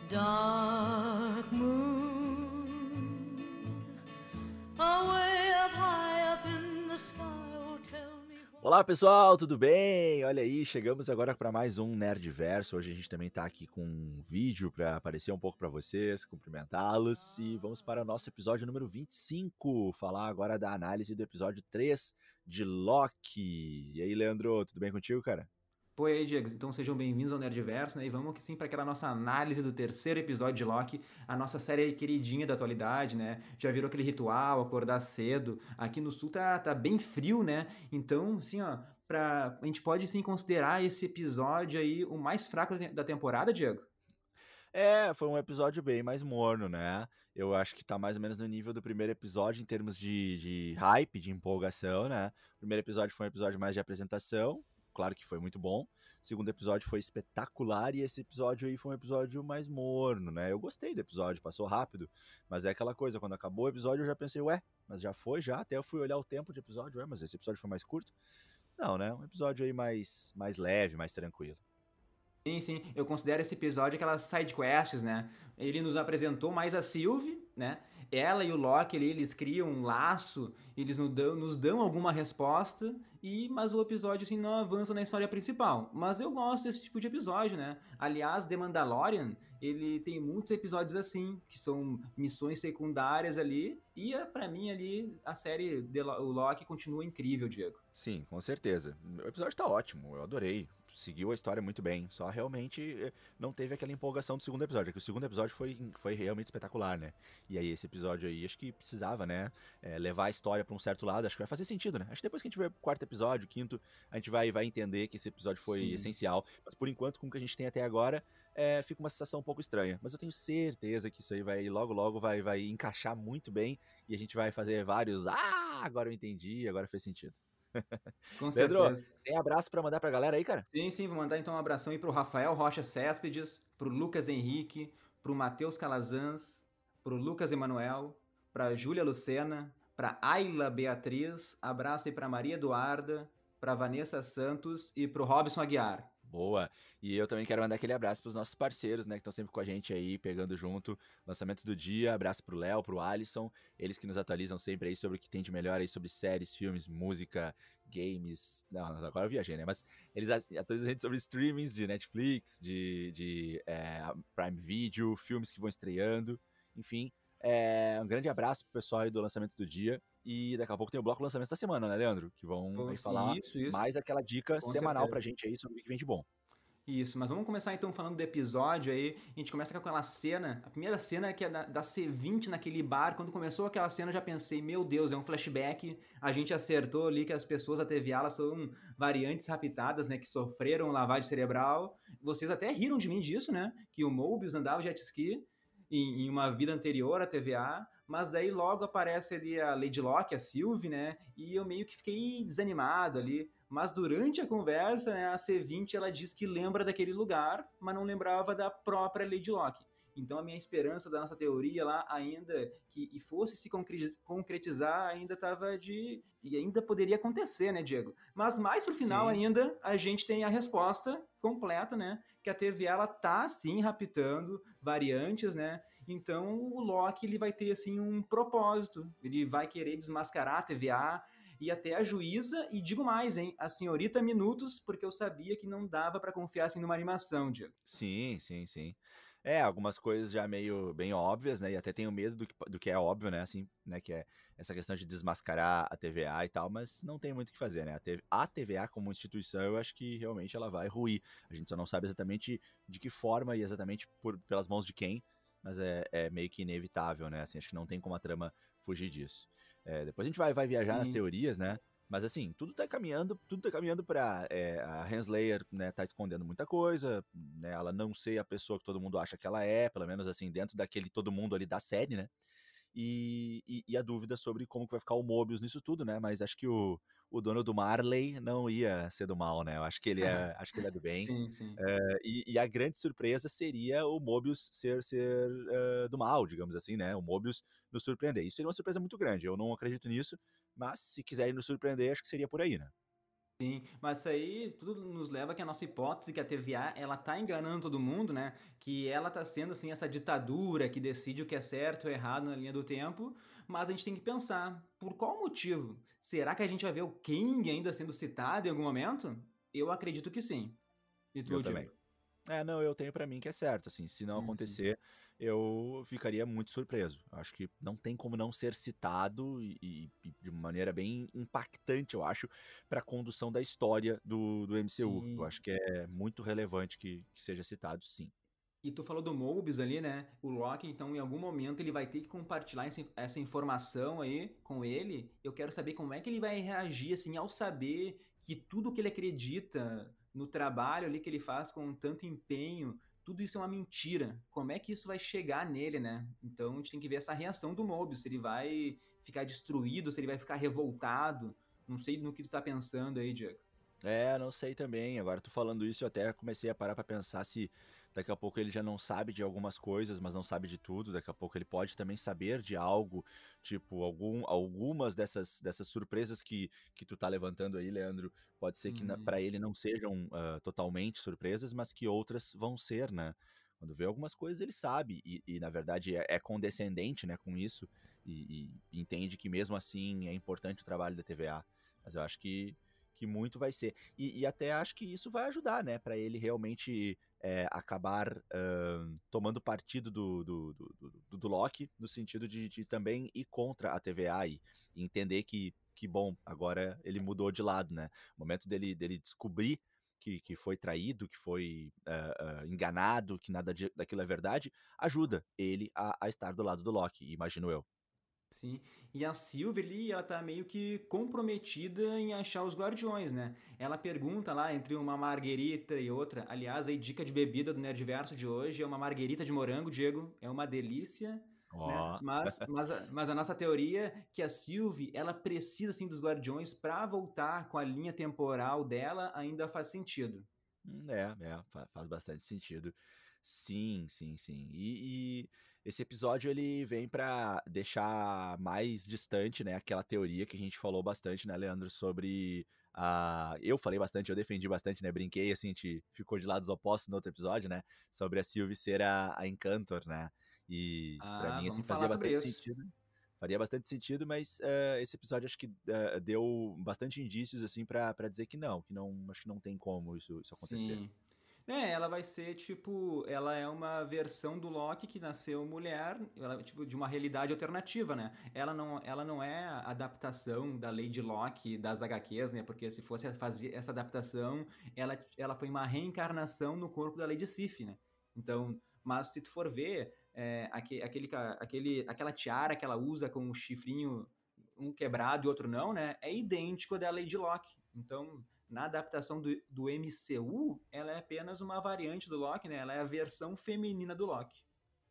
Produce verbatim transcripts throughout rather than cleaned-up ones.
Dark moon, away up high up in the sky, oh tell me what... Olá pessoal, tudo bem? Olha aí, chegamos agora para mais um Nerdverso. Hoje a gente também está aqui com um vídeo para aparecer um pouco para vocês, cumprimentá-los e vamos para o nosso episódio número vinte e cinco, falar agora da análise do episódio três de Loki. E aí, Leandro, tudo bem contigo, cara? Pô, e aí, Diego, então sejam bem-vindos ao Nerdverso, né? E vamos aqui sim para aquela nossa análise do terceiro episódio de Loki, a nossa série queridinha da atualidade, né? Já virou aquele ritual, acordar cedo. Aqui no sul tá, tá bem frio, né? Então, assim, ó, pra, a gente pode sim considerar esse episódio aí o mais fraco da temporada, Diego? É, foi um episódio bem mais morno, né? Eu acho que tá mais ou menos no nível do primeiro episódio em termos de, de hype, de empolgação, né? O primeiro episódio foi um episódio mais de apresentação, claro que foi muito bom. O segundo episódio foi espetacular e esse episódio aí foi um episódio mais morno, né? Eu gostei do episódio, passou rápido, mas é aquela coisa, quando acabou o episódio eu já pensei, ué, mas já foi, já? Até eu fui olhar o tempo de episódio, ué, mas esse episódio foi mais curto? Não, né? Um episódio aí mais, mais leve, mais tranquilo. Sim, sim. Eu considero esse episódio aquelas side quests, né? Ele nos apresentou mais a Sylvie, né? Ela e o Loki ali, eles criam um laço, eles nos dão, nos dão alguma resposta, e mas o episódio assim não avança na história principal. Mas eu gosto desse tipo de episódio, né? Aliás, The Mandalorian, ele tem muitos episódios assim, que são missões secundárias ali, e para mim ali a série de Lo- o Loki continua incrível, Diego. Sim, com certeza. O episódio tá ótimo, eu adorei. Seguiu a história muito bem. Só realmente eh, não teve aquela empolgação do segundo episódio. É que o segundo episódio foi, foi realmente espetacular, né? E aí esse episódio aí, acho que precisava, né? eh, levar a história pra um certo lado. Acho que vai fazer sentido, né? Acho que depois que a gente ver o quarto episódio, o quinto, a gente vai, vai entender que esse episódio foi Sim. essencial. Mas por enquanto, com o que a gente tem até agora, eh, fica uma sensação um pouco estranha. Mas eu tenho certeza que isso aí vai logo, logo vai, vai encaixar muito bem. E a gente vai fazer vários. Ah, agora eu entendi, agora fez sentido. Com Pedro, certeza. tem abraço pra mandar pra galera aí, cara? Sim, sim, vou mandar então um abração aí pro Rafael Rocha Céspedes, pro Lucas Henrique, pro Matheus Calazans, pro Lucas Emanuel, pra Júlia Lucena, pra Ayla Beatriz, abraço aí pra Maria Eduarda, pra Vanessa Santos e pro Robson Aguiar. Boa. E eu também quero mandar aquele abraço pros nossos parceiros, né, que estão sempre com a gente aí, pegando junto lançamentos do dia. Abraço pro Léo, pro Alisson, eles que nos atualizam sempre aí sobre o que tem de melhor aí sobre séries, filmes, música, games. Não, agora eu viajei, né? Mas eles atualizam a gente sobre streamings de Netflix, de, de é, Prime Video, filmes que vão estreando, enfim. É, um grande abraço pro pessoal aí do lançamento do dia. E daqui a pouco tem o bloco lançamento da semana, né, Leandro? Que vão aí falar Isso, isso, mais aquela dica com semanal pra certeza. gente aí sobre o que vem de bom. Isso, mas vamos começar então falando do episódio aí. A gente começa com aquela cena, a primeira cena que é da, da C vinte naquele bar. Quando começou aquela cena, eu já pensei, meu Deus, é um flashback. A gente acertou ali que as pessoas da T V A elas são variantes raptadas, né? Que sofreram lavagem cerebral. Vocês até riram de mim disso, né? Que o Mobius andava de jet ski em, em uma vida anterior à T V A. Mas daí logo aparece ali a Lady Locke, a Sylvie, né? E eu meio que fiquei desanimado ali. Mas durante a conversa, né, a C vinte ela diz que lembra daquele lugar, mas não lembrava da própria Lady Locke. Então a minha esperança da nossa teoria lá ainda que e fosse se concretizar ainda estava de e ainda poderia acontecer, né, Diego? Mas mais pro final Sim, ainda a gente tem a resposta completa, né? Que a T V A ela tá sim raptando variantes, né? Então o Loki ele vai ter assim um propósito, ele vai querer desmascarar a T V A e até a juíza, e digo mais, hein, a senhorita Minutos, porque eu sabia que não dava pra confiar assim numa animação, Diego. sim, sim, sim. É, algumas coisas já meio bem óbvias, né? E até tenho medo do que, do que é óbvio, né? Assim, né? Que é essa questão de desmascarar a T V A e tal, mas não tem muito o que fazer, né? A TV a T V A como instituição, eu acho que realmente ela vai ruir. A gente só não sabe exatamente de que forma e exatamente por, pelas mãos de quem, mas é, é meio que inevitável, né? Assim, acho que não tem como a trama fugir disso. É, depois a gente vai, vai viajar nas Sim, teorias, né? Mas assim, tudo tá caminhando, tudo tá caminhando pra é, a Henslayer, né, tá escondendo muita coisa, né, ela não ser a pessoa que todo mundo acha que ela é, pelo menos assim, dentro daquele todo mundo ali da série, né? E, e, e a dúvida sobre como que vai ficar o Mobius nisso tudo, né? Mas acho que o, o dono do Marley não ia ser do mal, né? Eu acho que ele é, acho que ele é do bem. sim, sim. É, e, e a grande surpresa seria o Mobius ser, ser uh, do mal, digamos assim, né? O Mobius nos surpreender. Isso seria uma surpresa muito grande. Eu não acredito nisso, mas se quiserem nos surpreender, acho que seria por aí, né? Sim, mas isso aí tudo nos leva que a nossa hipótese que a T V A, ela tá enganando todo mundo, né, que ela tá sendo, assim, essa ditadura que decide o que é certo ou errado na linha do tempo, mas a gente tem que pensar, por qual motivo? Será que a gente vai ver o King ainda sendo citado em algum momento? Eu acredito que sim. E Eu tu, também. Diego? É, não, eu tenho pra mim que é certo, assim, se não Uhum. acontecer, eu ficaria muito surpreso. Acho que não tem como não ser citado e, e- e de uma maneira bem impactante, eu acho, pra condução da história do, do M C U. Eu Sim. acho que é muito relevante que, que seja citado, sim. E tu falou do Mobius ali, né? O Loki, então, em algum momento ele vai ter que compartilhar essa essa informação aí com ele. Eu quero saber como é que ele vai reagir, assim, ao saber que tudo que ele acredita no trabalho ali que ele faz com tanto empenho, tudo isso é uma mentira. Como é que isso vai chegar nele, né? Então a gente tem que ver essa reação do Mobius, se ele vai ficar destruído, se ele vai ficar revoltado. Não sei no que tu tá pensando aí, Diego. É, não sei também. Agora tu falando isso, eu até comecei a parar pra pensar se daqui a pouco ele já não sabe de algumas coisas, mas não sabe de tudo. Daqui a pouco ele pode também saber de algo, tipo, algum, algumas dessas, dessas surpresas que, que tu tá levantando aí, Leandro. Pode ser que na, Uhum. para ele não sejam ah, totalmente surpresas, mas que outras vão ser, né? Quando vê algumas coisas, ele sabe, e, e, na verdade é, é condescendente, né, com isso, e, e entende que mesmo assim é importante o trabalho da T V A. Mas eu acho que que muito vai ser. E, e até acho que isso vai ajudar, né, para ele realmente é, acabar ahn, tomando partido do, do, do, do, do Loki, no sentido de, de também ir contra a T V A e, e entender que, que, bom, agora ele mudou de lado, né? O momento dele, dele descobrir que, que foi traído, que foi ah, ah, enganado, que nada de- daquilo é verdade, ajuda ele a, a estar do lado do Loki, imagino eu. Sim, e a Sylvie ali, ela tá meio que comprometida em achar os guardiões, né? Ela pergunta lá entre uma marguerita e outra. Aliás, aí dica de bebida do Nerdverso de hoje é uma marguerita de morango, Diego. É uma delícia, né? Ó, Mas, mas, a- mas a nossa teoria é que a Sylvie, ela precisa sim dos guardiões pra voltar com a linha temporal dela, ainda faz sentido. Hum, É, é, fa- faz bastante sentido. Sim, sim, sim. E, e esse episódio ele vem pra deixar mais distante, né, aquela teoria que a gente falou bastante, né, Leandro, sobre a. Eu falei bastante, eu defendi bastante, né, brinquei, assim, a gente ficou de lados opostos no outro episódio, né, sobre a Sylvie ser a, a Encantor, né. E pra Ah, mim, assim, vamos fazia falar sobre bastante isso. sentido. Faria bastante sentido, mas eh, esse episódio acho que eh, deu bastante indícios, assim, pra, pra dizer que não, que não, acho que não tem como isso, isso acontecer. Sim. É, ela vai ser tipo, ela é uma versão do Loki que nasceu mulher, ela é tipo de uma realidade alternativa, né? Ela não, ela não é a adaptação da Lady Locke das H Qs, né? Porque se fosse fazer essa adaptação, ela, ela foi uma reencarnação no corpo da Lady Sif, né? Então, mas se tu for ver, é, aque- aquele, ca- aquele, aquela tiara que ela usa com o chifrinho um quebrado e outro não, né? É idêntico ao da Lady Locke. Então, na adaptação do, do M C U, ela é apenas uma variante do Loki, né? Ela é a versão feminina do Loki.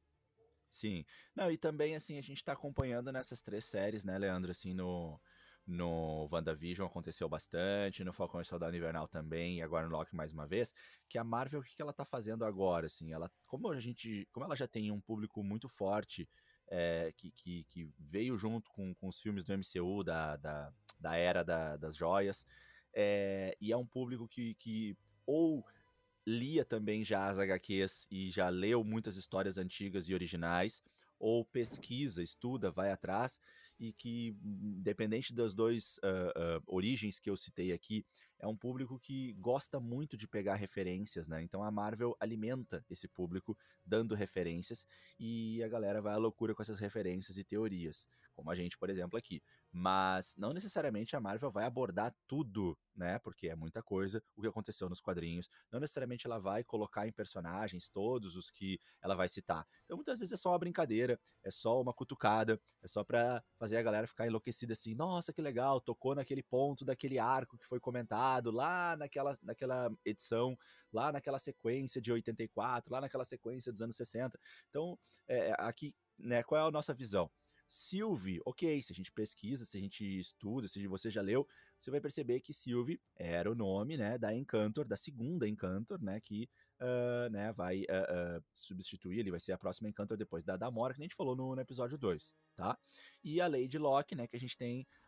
Sim. Não, e também, assim, a gente tá acompanhando nessas três séries, né, Leandro, assim, no, no WandaVision aconteceu bastante, no Falcão e Soldado Invernal também, e agora no Loki mais uma vez, que a Marvel, o que que ela tá fazendo agora, assim, ela, como a gente, como ela já tem um público muito forte, é, que, que, que veio junto com, com os filmes do M C U, da, da, da Era da- das Joias, é, e é um público que, que ou lia também já as H Qs e já leu muitas histórias antigas e originais, ou pesquisa, estuda, vai atrás, e que, independente das duas ah, ah, origens que eu citei aqui, é um público que gosta muito de pegar referências, né? Então a Marvel alimenta esse público dando referências e a galera vai à loucura com essas referências e teorias, como a gente, por exemplo, aqui. Mas não necessariamente a Marvel vai abordar tudo, né? Porque é muita coisa o que aconteceu nos quadrinhos. Não necessariamente ela vai colocar em personagens todos os que ela vai citar. Então muitas vezes é só uma brincadeira, é só uma cutucada, é só pra fazer a galera ficar enlouquecida assim, nossa, que legal, tocou naquele ponto daquele arco que foi comentado lá naquela, naquela edição, lá naquela sequência de oitenta e quatro, lá naquela sequência dos anos sessenta. Então, é, aqui, né, qual é a nossa visão? Sylvie, ok, se a gente pesquisa, se a gente estuda, se você já leu, você vai perceber que Sylvie era o nome, né, da Encantor, da segunda Encantor, né, que uh, né, vai uh, uh, substituir, ele vai ser a próxima Encantor depois da Gamora, que a gente falou no, no episódio dois, tá? E a Lady Locke, né, que a gente tem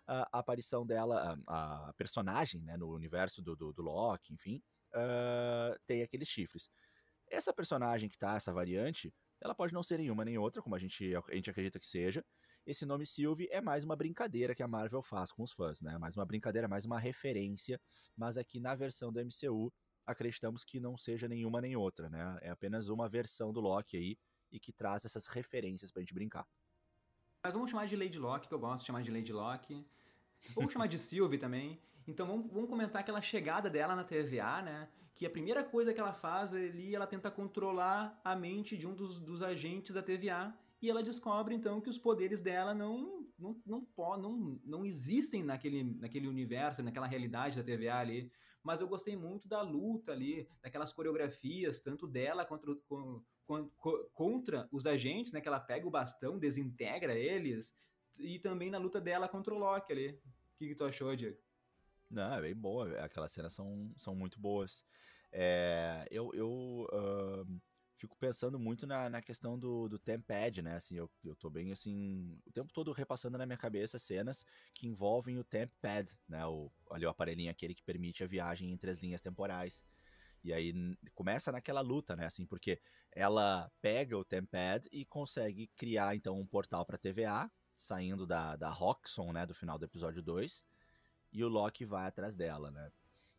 a, a aparição dela, a, a personagem, né, no universo do, do, do Loki, enfim, uh, tem aqueles chifres. Essa personagem que tá, essa variante, ela pode não ser nenhuma nem outra, como a gente, a gente acredita que seja. Esse nome Sylvie é mais uma brincadeira que a Marvel faz com os fãs, né? Mais uma brincadeira, mais uma referência, mas aqui na versão do M C U, acreditamos que não seja nenhuma nem outra, né? É apenas uma versão do Loki aí, e que traz essas referências pra gente brincar. Mas vamos chamar de Lady Locke, que eu gosto de chamar de Lady Locke. Vamos chamar de Sylvie também. Então vamos, vamos comentar aquela chegada dela na T V A, né? Que a primeira coisa que ela faz ali, ela tenta controlar a mente de um dos, dos agentes da T V A. E ela descobre, então, que os poderes dela não, não, não, não, não existem naquele, naquele universo, naquela realidade da T V A ali. Mas eu gostei muito da luta ali, daquelas coreografias, tanto dela contra, com, com, contra os agentes, né? Que ela pega o bastão, desintegra eles. E também na luta dela contra o Loki ali. O que, que tu achou, Diego? Não, é bem boa. Aquelas cenas são, são muito boas. É, eu eu uh, fico pensando muito na, na questão do, do Tempad, né? Assim, eu, eu tô bem assim, o tempo todo repassando na minha cabeça cenas que envolvem o Tempad, né? O, ali o aparelhinho aquele que permite a viagem entre as linhas temporais. E aí começa naquela luta, né? Assim, porque ela pega o Tempad e consegue criar então um portal pra T V A, saindo da, da Roxxon, né? Do final do episódio dois. E o Loki vai atrás dela, né?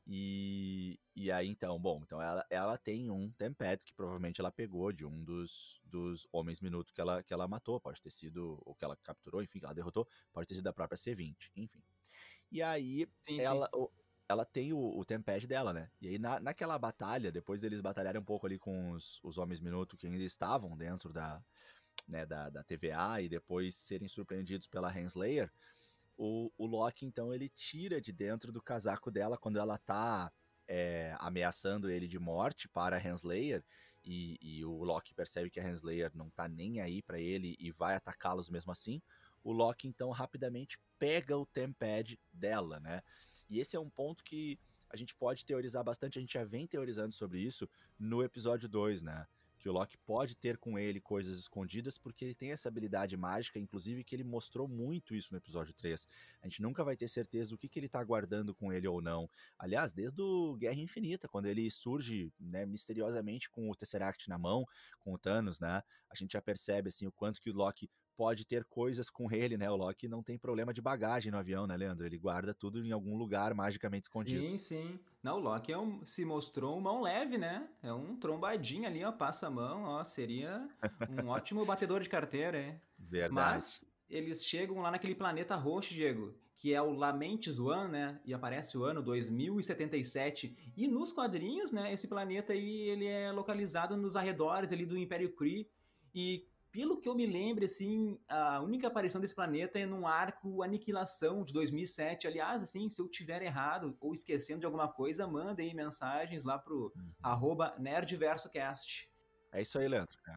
E, e aí, então, bom, então ela, ela tem um Tempad que provavelmente ela pegou de um dos, dos Homens-Minuto que ela, que ela matou, pode ter sido, ou que ela capturou, enfim, que ela derrotou, pode ter sido da própria C vinte, enfim. E aí, Sim, ela, sim. o- ela tem o, o Tempad dela, né? E aí, na, naquela batalha, depois deles batalharem um pouco ali com os, os Homens-Minuto que ainda estavam dentro da, né, da, da T V A e depois serem surpreendidos pela Renslayer, o, o Loki, então, ele tira de dentro do casaco dela quando ela tá é, ameaçando ele de morte para a Renslayer, e, e o Loki percebe que a Renslayer não tá nem aí pra ele e vai atacá-los mesmo assim. O Loki, então, rapidamente pega o Tempad dela, né? E esse é um ponto que a gente pode teorizar bastante, a gente já vem teorizando sobre isso no episódio dois, né? Que o Loki pode ter com ele coisas escondidas, porque ele tem essa habilidade mágica, inclusive que ele mostrou muito isso no episódio três. A gente nunca vai ter certeza do que, que ele tá guardando com ele ou não. Aliás, desde o Guerra Infinita, quando ele surge, né, misteriosamente com o Tesseract na mão, com o Thanos, né? A gente já percebe, assim, o quanto que o Loki pode ter coisas com ele, né? O Loki não tem problema de bagagem no avião, né, Leandro? Ele guarda tudo em algum lugar magicamente escondido. Sim, sim. Não, o Loki é um, se mostrou um mão leve, né? É um trombadinho ali, ó, passa a mão, ó, seria um ótimo batedor de carteira, é. Verdade. Mas eles chegam lá naquele planeta roxo, Diego, que é o Lamentis One, né? E aparece o ano dois mil e setenta e sete. E nos quadrinhos, né, esse planeta aí, ele é localizado nos arredores ali do Império Kree. E pelo que eu me lembro, assim, a única aparição desse planeta é num arco Aniquilação de dois mil e sete. Aliás, assim, se eu tiver errado ou esquecendo de alguma coisa, mandem aí mensagens lá pro Uhum. arroba nerdversocast. É isso aí, Leandro. É.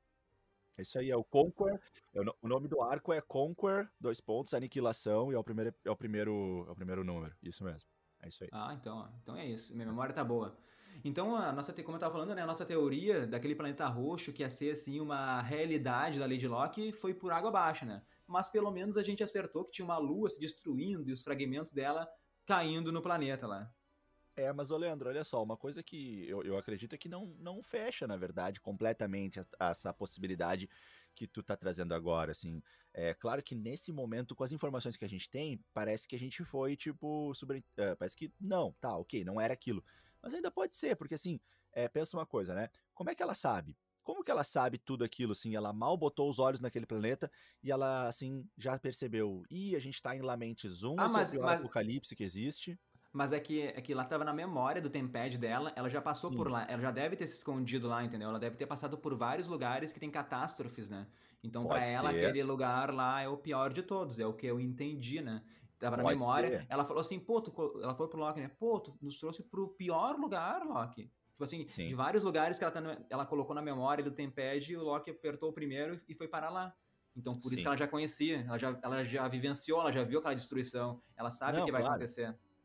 É isso aí, é o Conquer. É o, no- o nome do arco é Conquer, dois pontos, Aniquilação, e é o primeiro, é o primeiro, é o primeiro número. Isso mesmo. É isso aí. Ah, então, ó, então é isso. Minha memória tá boa. Então, a nossa, te- como eu tava falando, né, a nossa teoria daquele planeta roxo que ia ser, assim, uma realidade da Lady Locke foi por água abaixo, né? Mas pelo menos a gente acertou que tinha uma lua se destruindo e os fragmentos dela caindo no planeta lá. É, mas, ô Leandro, olha só, uma coisa que eu, eu acredito é que não, não fecha, na verdade, completamente a- essa possibilidade que tu tá trazendo agora, assim. É claro que nesse momento, com as informações que a gente tem, parece que a gente foi, tipo, sobre, é, parece que não, tá, ok, não era aquilo. Mas ainda pode ser, porque assim, é, pensa uma coisa, né? Como é que ela sabe? Como que ela sabe tudo aquilo, assim? Ela mal botou os olhos naquele planeta e ela, assim, já percebeu. Ih, a gente tá em Lamentes um, Ah, esse é o mas, pior mas, apocalipse que existe. mas é que, é que lá tava na memória do Tempad dela, ela já passou por Sim, lá, ela já deve ter se escondido lá, entendeu? Ela deve ter passado por vários lugares que tem catástrofes, né? Então, pra pode ela, ser. aquele lugar lá é o pior de todos, é o que eu entendi, né? Tava na Pode memória, ser, ela falou assim, pô, tu, co- ela falou pro Loki, né? Pô, tu nos trouxe pro pior lugar, Loki. Tipo assim, de sim, vários lugares que ela, tá no- ela colocou na memória do Tempad, o Loki apertou o primeiro e foi parar lá. Então, por isso que sim. ela já conhecia, ela já, ela já vivenciou, ela já viu aquela destruição, ela sabe o Não, que vai claro. acontecer.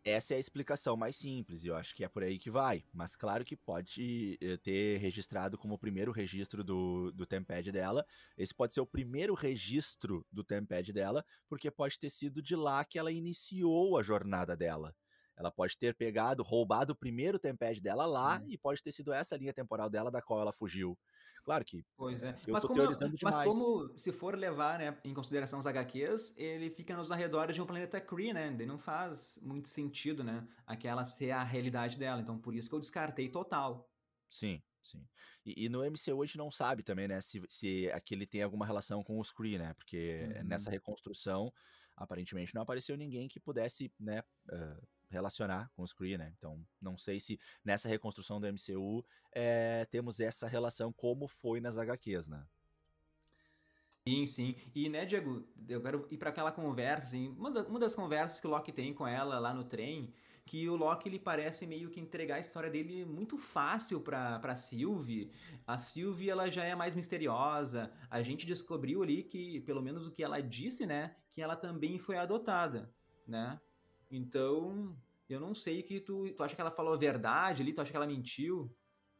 Essa é a explicação mais simples, e eu acho que é por aí que vai. Mas claro que pode eh, ter registrado como o primeiro registro do, do Tempad dela. Esse pode ser o primeiro registro do Tempad dela, porque pode ter sido de lá que ela iniciou a jornada dela. Ela pode ter pegado, roubado o primeiro Tempad dela lá, Hum. e pode ter sido essa linha temporal dela da qual ela fugiu. Claro que Pois é. eh, eu Mas tô como, eu- teorizando mas demais. como se for levar, né, em consideração os H Qs, ele fica nos arredores de um planeta Kree, né? Daí não faz muito sentido, né? Aquela ser a realidade dela. Então por isso que eu descartei total. Sim, sim. E, e no M C U a gente não sabe também, né, se, se aquele tem alguma relação com os Kree, né? Porque Uhum. nessa reconstrução, aparentemente não apareceu ninguém que pudesse, né, ah, relacionar com os Kree, né? Então, não sei se nessa reconstrução do M C U eh, temos essa relação como foi nas H Qs, né? Sim, sim. E, né, Diego, eu quero ir pra aquela conversa, assim, uma, da- uma das conversas que o Loki tem com ela lá no trem, que o Loki, ele parece meio que entregar a história dele muito fácil pra, pra Sylvie. A Sylvie, ela já é mais misteriosa. A gente descobriu ali que, pelo menos o que ela disse, né, que ela também foi adotada, né? Então, eu não sei que tu, tu acha que ela falou a verdade ali, tu acha que ela mentiu?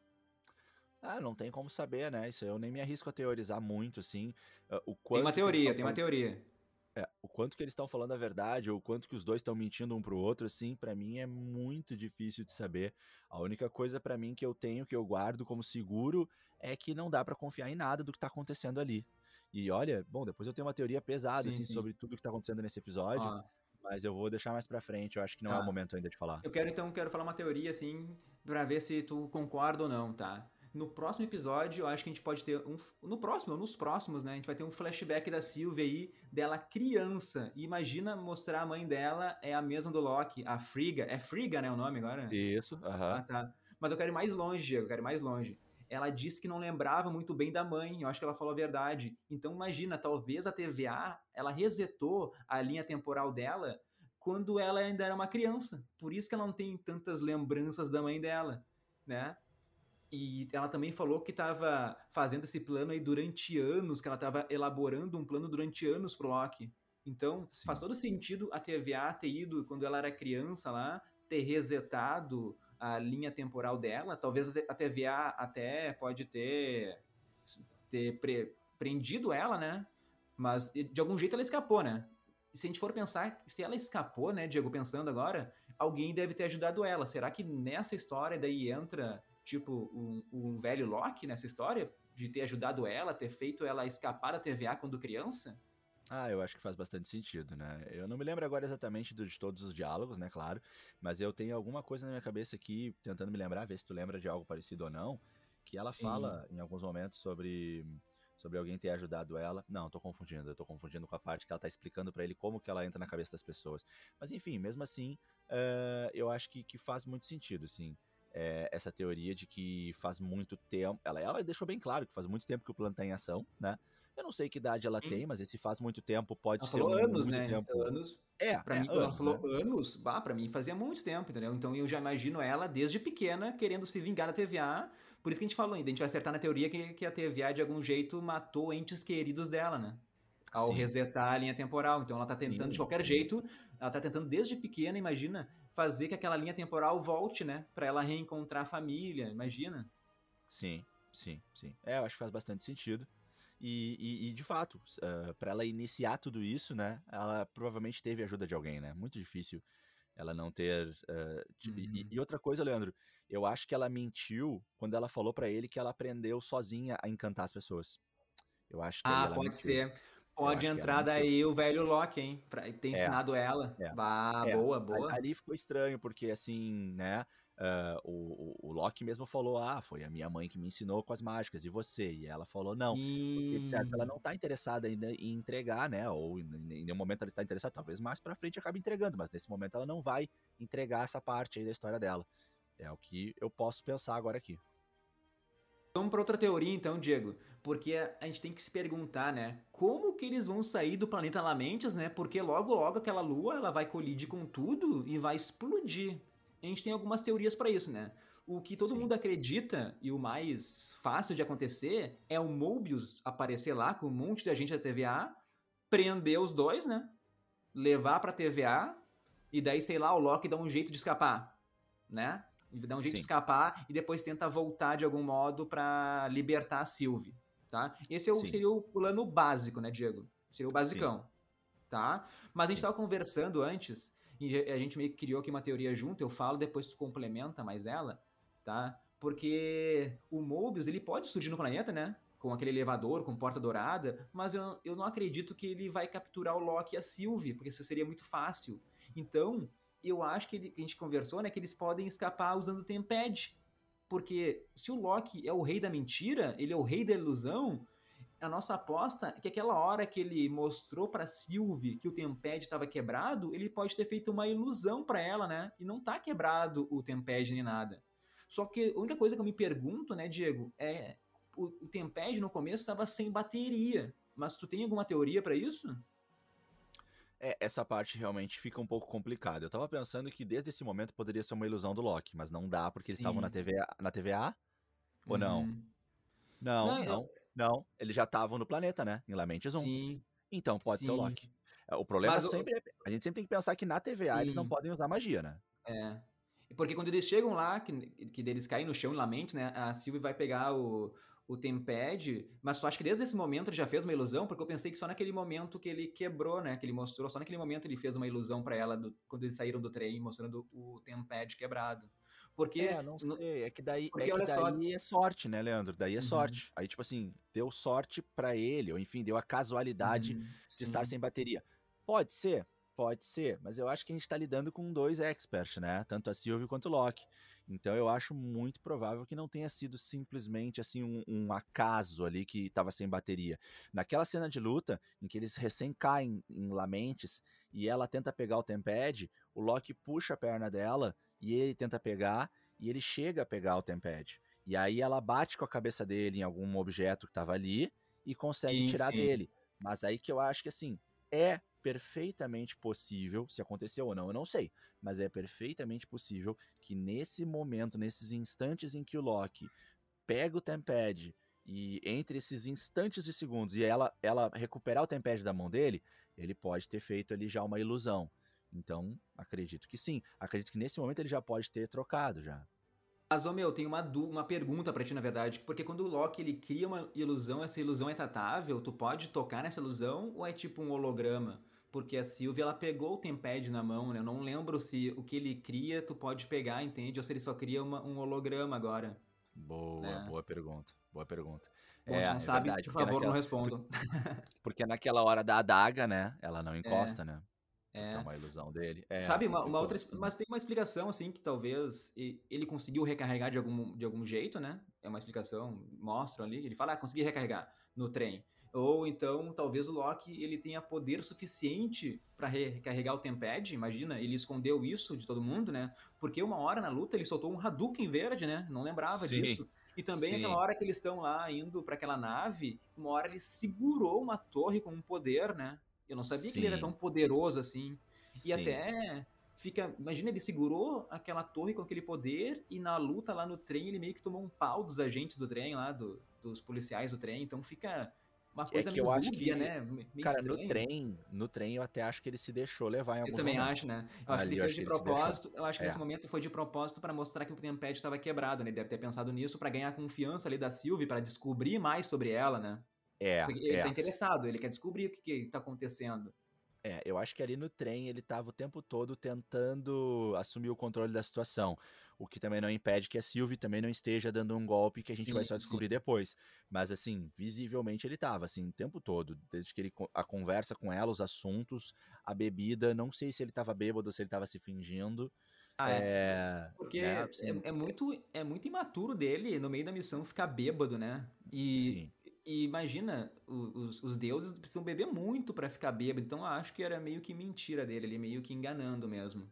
Ah, não tem como saber, né? Isso eu nem me arrisco a teorizar muito, assim, ah, o Tem uma quanto que eles teoria, estão tem uma falando. teoria. É, o quanto que eles estão falando a verdade, ou o quanto que os dois estão mentindo um pro outro, assim, pra mim é muito difícil de saber. A única coisa pra mim que eu tenho, que eu guardo como seguro, é que não dá pra confiar em nada do que tá acontecendo ali. E olha, bom, depois eu tenho uma teoria pesada, Sim, assim, sim. sobre tudo que tá acontecendo nesse episódio, Ó, mas eu vou deixar mais pra frente, eu acho que não é o tá. momento ainda de falar. Eu quero então quero falar uma teoria assim pra ver se tu concorda ou não, tá? No próximo episódio, eu acho que a gente pode ter um no próximo, ou nos próximos, né? A gente vai ter um flashback da Sylvie aí dela criança. E imagina mostrar a mãe dela é a mesma do Loki, a Frigga. É Frigga, né, o nome agora? Isso, aham. Ah, tá. Mas eu quero ir mais longe, Diego, eu quero ir mais longe. Ela disse que não lembrava muito bem da mãe, eu acho que ela falou a verdade. Então imagina, talvez a T V A, ela resetou a linha temporal dela quando ela ainda era uma criança. Por isso que ela não tem tantas lembranças da mãe dela, né? E ela também falou que estava fazendo esse plano aí durante anos, que ela estava elaborando um plano durante anos pro Loki. Então, faz Sim. todo sentido a T V A ter ido quando ela era criança lá, ter resetado a linha temporal dela. Talvez a T V A até pode ter, ter pre- prendido ela, né? Mas de algum jeito ela escapou, né? E se a gente for pensar, se ela escapou, né, Diego, pensando agora, alguém deve ter ajudado ela. Será que nessa história daí entra tipo, um, um velho Loki nessa história? De ter ajudado ela, ter feito ela escapar da T V A quando criança? Ah, eu acho que faz bastante sentido, né? Eu não me lembro agora exatamente do- de todos os diálogos, né, claro, mas eu tenho alguma coisa na minha cabeça aqui, tentando me lembrar, ver se tu lembra de algo parecido ou não, que ela Sim. fala em alguns momentos sobre sobre alguém ter ajudado ela. Não, tô confundindo, eu tô confundindo com a parte que ela tá explicando pra ele como que ela entra na cabeça das pessoas. Mas enfim, mesmo assim, eh, eu acho que, que faz muito sentido, sim. eh, essa teoria de que faz muito tempo. Ela, ela deixou bem claro que faz muito tempo que o plano tá em ação, né? Eu não sei que idade ela Sim. tem, mas esse faz muito tempo pode Ela ser falou um anos, muito né? tempo. Anos. É, Pra é, mim, quando ela anos, né? falou anos, bah, pra mim fazia muito tempo, entendeu? Então eu já imagino ela desde pequena querendo se vingar da T V A. Por isso que a gente falou ainda, a gente vai acertar na teoria que, que a T V A de algum jeito matou entes queridos dela, né? Ao Sim, resetar a linha temporal. Então ela tá tentando de sim, qualquer sim, jeito, ela tá tentando desde pequena, imagina, fazer que aquela linha temporal volte, né? Pra ela reencontrar a família, imagina. sim, sim, sim. É, eu acho que faz bastante sentido. E, e, e, de fato, uh, para ela iniciar tudo isso, né? Ela provavelmente teve ajuda de alguém, né? Muito difícil ela não ter. uh, ti- e, Uhum. e outra coisa, Leandro, eu acho que ela mentiu quando ela falou pra ele que ela aprendeu sozinha a encantar as pessoas. Eu acho que aí Ah, ela pode mentiu. ser. Eu Pode acho que ela entrar mentiu. daí o velho Loki, hein? Pra ter É, ensinado ela. é. Vá, É, boa, ali boa. ali ficou estranho, porque assim, né, hã, o o o Loki mesmo falou: "Ah, foi a minha mãe que me ensinou com as mágicas, e você?" E ela falou: "Não", porque de certo ela Sim. não tá interessada ainda em entregar, né, ou em em nenhum momento ela está interessada, talvez mais pra frente acabe entregando, mas nesse momento ela não vai entregar essa parte aí da história dela. É o que eu posso pensar agora aqui. Vamos para outra teoria então, Diego, porque a gente tem que se perguntar, né, como que eles vão sair do planeta Lamentes, né? Porque logo logo aquela lua, ela vai colidir com tudo e vai explodir. A gente tem algumas teorias para isso, né? O que todo Sim, mundo acredita e o mais fácil de acontecer é o Mobius aparecer lá com um monte de agente da T V A, prender os dois, né? Levar para T V A e daí, sei lá, o Loki dá um jeito de escapar, né? Dá um jeito de Sim, escapar e depois tenta voltar de algum modo pra libertar a Sylvie, tá? Esse é o- sim, seria o plano básico, né, Diego? Seria o sim, basicão, tá? Mas a gente sim. tava conversando antes e a gente meio que criou aqui uma teoria junto, eu falo, depois tu complementa mais ela, tá? Porque o Mobius, ele pode surgir no planeta, né? Com aquele elevador, com porta dourada, mas eu, eu não acredito que ele vai capturar o Loki e a Sylvie, porque isso seria muito fácil. Então, eu acho que, ele- que a gente conversou, né, que eles podem escapar usando o Tempad. Porque se o Loki é o rei da mentira, ele é o rei da ilusão, a nossa aposta é que aquela hora que ele mostrou pra Sylvie que o Tempad estava quebrado, ele pode ter feito uma ilusão pra ela, né? E não tá quebrado o Tempad nem nada. Só que a única coisa que eu me pergunto, né, Diego, é o, o Tempad no começo estava sem bateria. Mas tu tem alguma teoria pra isso? É, essa parte realmente fica um pouco complicada. Eu tava pensando que desde esse momento poderia ser uma ilusão do Loki, mas não dá porque eles estavam na Sim. T V A, na T V A? Ou não? Uhum. Não, Não, eu... não, não. Eles já estavam no planeta, né? Em Lamentis um. Sim, Então pode ser o sim. Loki. É, o problema Mas, o- sempre é. A gente sempre tem que pensar que na T V A eles não sim, podem usar magia, né? é. Porque quando eles chegam lá, que, que eles caem no chão em Lamentes, né? A Sylvie vai pegar o, o Tempad, mas tu acha que desde esse momento ele já fez uma ilusão? Porque eu pensei que só naquele momento que ele quebrou, né? Que ele mostrou, só naquele momento ele fez uma ilusão pra ela do- quando eles saíram do trem, mostrando o Tempad quebrado. É, Porque, não no- sei. É que daí é porque que olha só. daí é sorte, né, Leandro? Daí é Uhum, sorte. Aí, tipo assim, deu sorte pra ele, ou enfim, deu a casualidade uhum, de estar sim, sem bateria. Pode ser, pode ser, mas eu acho que a gente tá lidando com dois experts, né? Tanto a Sylvie quanto o Loki. Então eu acho muito provável que não tenha sido simplesmente assim um, um acaso ali que tava sem bateria. Naquela cena de luta em que eles recém caem em Lamentes e ela tenta pegar o Tempad, o Loki puxa a perna dela e ele tenta pegar e ele chega a pegar o Tempad. E aí ela bate com a cabeça dele em algum objeto que estava ali e consegue sim, tirar sim. dele. Mas aí que eu acho que assim, é perfeitamente possível, se aconteceu ou não, eu não sei, mas é perfeitamente possível que nesse momento, nesses instantes em que o Loki pega o Tempad e entre esses instantes de segundos e ela, ela recuperar o Tempad da mão dele, ele pode ter feito ali já uma ilusão. Então, acredito que sim. Acredito que nesse momento ele já pode ter trocado já. Mas, ô meu, tem uma, du- uma pergunta pra ti, na verdade. Porque quando o Loki ele cria uma ilusão, essa ilusão é tratável? Tu pode tocar nessa ilusão ou é tipo um holograma? Porque a Sylvie, ela pegou o Tempad na mão, né? Eu não lembro se o que ele cria tu pode pegar, entende? Ou se ele só cria uma- um holograma agora, Boa, né? boa pergunta. Boa pergunta. Bom, É, tu não é sabe? verdade, Por porque favor, não naquela, por- responda. porque naquela hora da adaga, né? Ela não É, encosta, né? Porque é é. uma ilusão dele. É, Sabe, uma, uma outra. complicou. es- Uhum. Mas tem uma explicação, assim, que talvez e- ele conseguiu recarregar de algum, de algum jeito, né? É uma explicação, mostram ali. Ele fala, ah, consegui recarregar no trem. Ou então, talvez o Loki ele tenha poder suficiente para recarregar o Tempad. Imagina, ele escondeu isso de todo mundo, né? Porque uma hora na luta ele soltou um Hadouken verde, né? Não lembrava Sim, disso. E também aquela sim, hora que eles estão lá indo para aquela nave, uma hora ele segurou uma torre com um poder, né? Eu não sabia que ele era tão sim, poderoso assim. E sim. até fica. Imagina, ele segurou aquela torre com aquele poder e na luta lá no trem ele meio que tomou um pau dos agentes do trem lá, do- dos policiais do trem. Então fica uma É coisa que meio eu acho dúbia, que, né? Me- Meio cara, no estranho. trem, no trem eu até acho que ele se deixou levar em Eu alguns também acho, momentos. né? Eu acho que Ali ele eu fez acho de que ele se deixou. propósito. Eu acho que nesse É, momento foi de propósito para mostrar que o Tempad estava quebrado, né? Ele deve ter pensado nisso para ganhar a confiança ali da Sylvie, para descobrir mais sobre ela, né? é, Porque ele tá é. interessado, ele quer descobrir o que, que tá acontecendo. É, eu acho que ali no trem ele tava o tempo todo tentando assumir o controle da situação, o que também não impede que a Sylvie também não esteja dando um golpe que a gente vai Sim, só sim. descobrir depois. Mas assim, visivelmente ele tava assim o tempo todo, desde que ele co- a conversa com ela, os assuntos, a bebida, não sei se ele tava bêbado, se ele tava se fingindo, Ah, é. é, Porque né, é, assim, é muito, é muito imaturo dele, no meio da missão, ficar bêbado, né? E, sim. e imagina, o- os, os deuses precisam beber muito pra ficar bêbado, então eu acho que era meio que mentira dele, ele meio que enganando mesmo.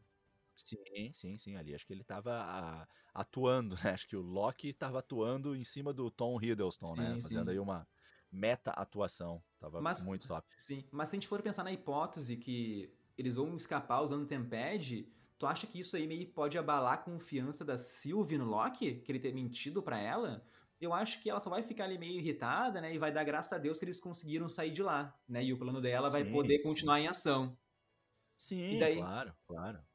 Sim, sim, sim, ali acho que ele tava a- atuando, né? Acho que o Loki tava atuando em cima do Tom Hiddleston, né? Sim, Fazendo aí sim. uma meta atuação. Tava Mas, muito top. sim, mas se a gente for pensar na hipótese que eles vão escapar usando o Tempad, tu acha que isso aí meio que pode abalar a confiança da Sylvie no Loki? Que ele ter mentido pra ela? Eu acho que ela só vai ficar ali meio irritada, né? E vai dar graças a Deus que eles conseguiram sair de lá, né? E o plano dela vai Sim, poder sim. continuar em ação. E Sim, daí, claro, claro.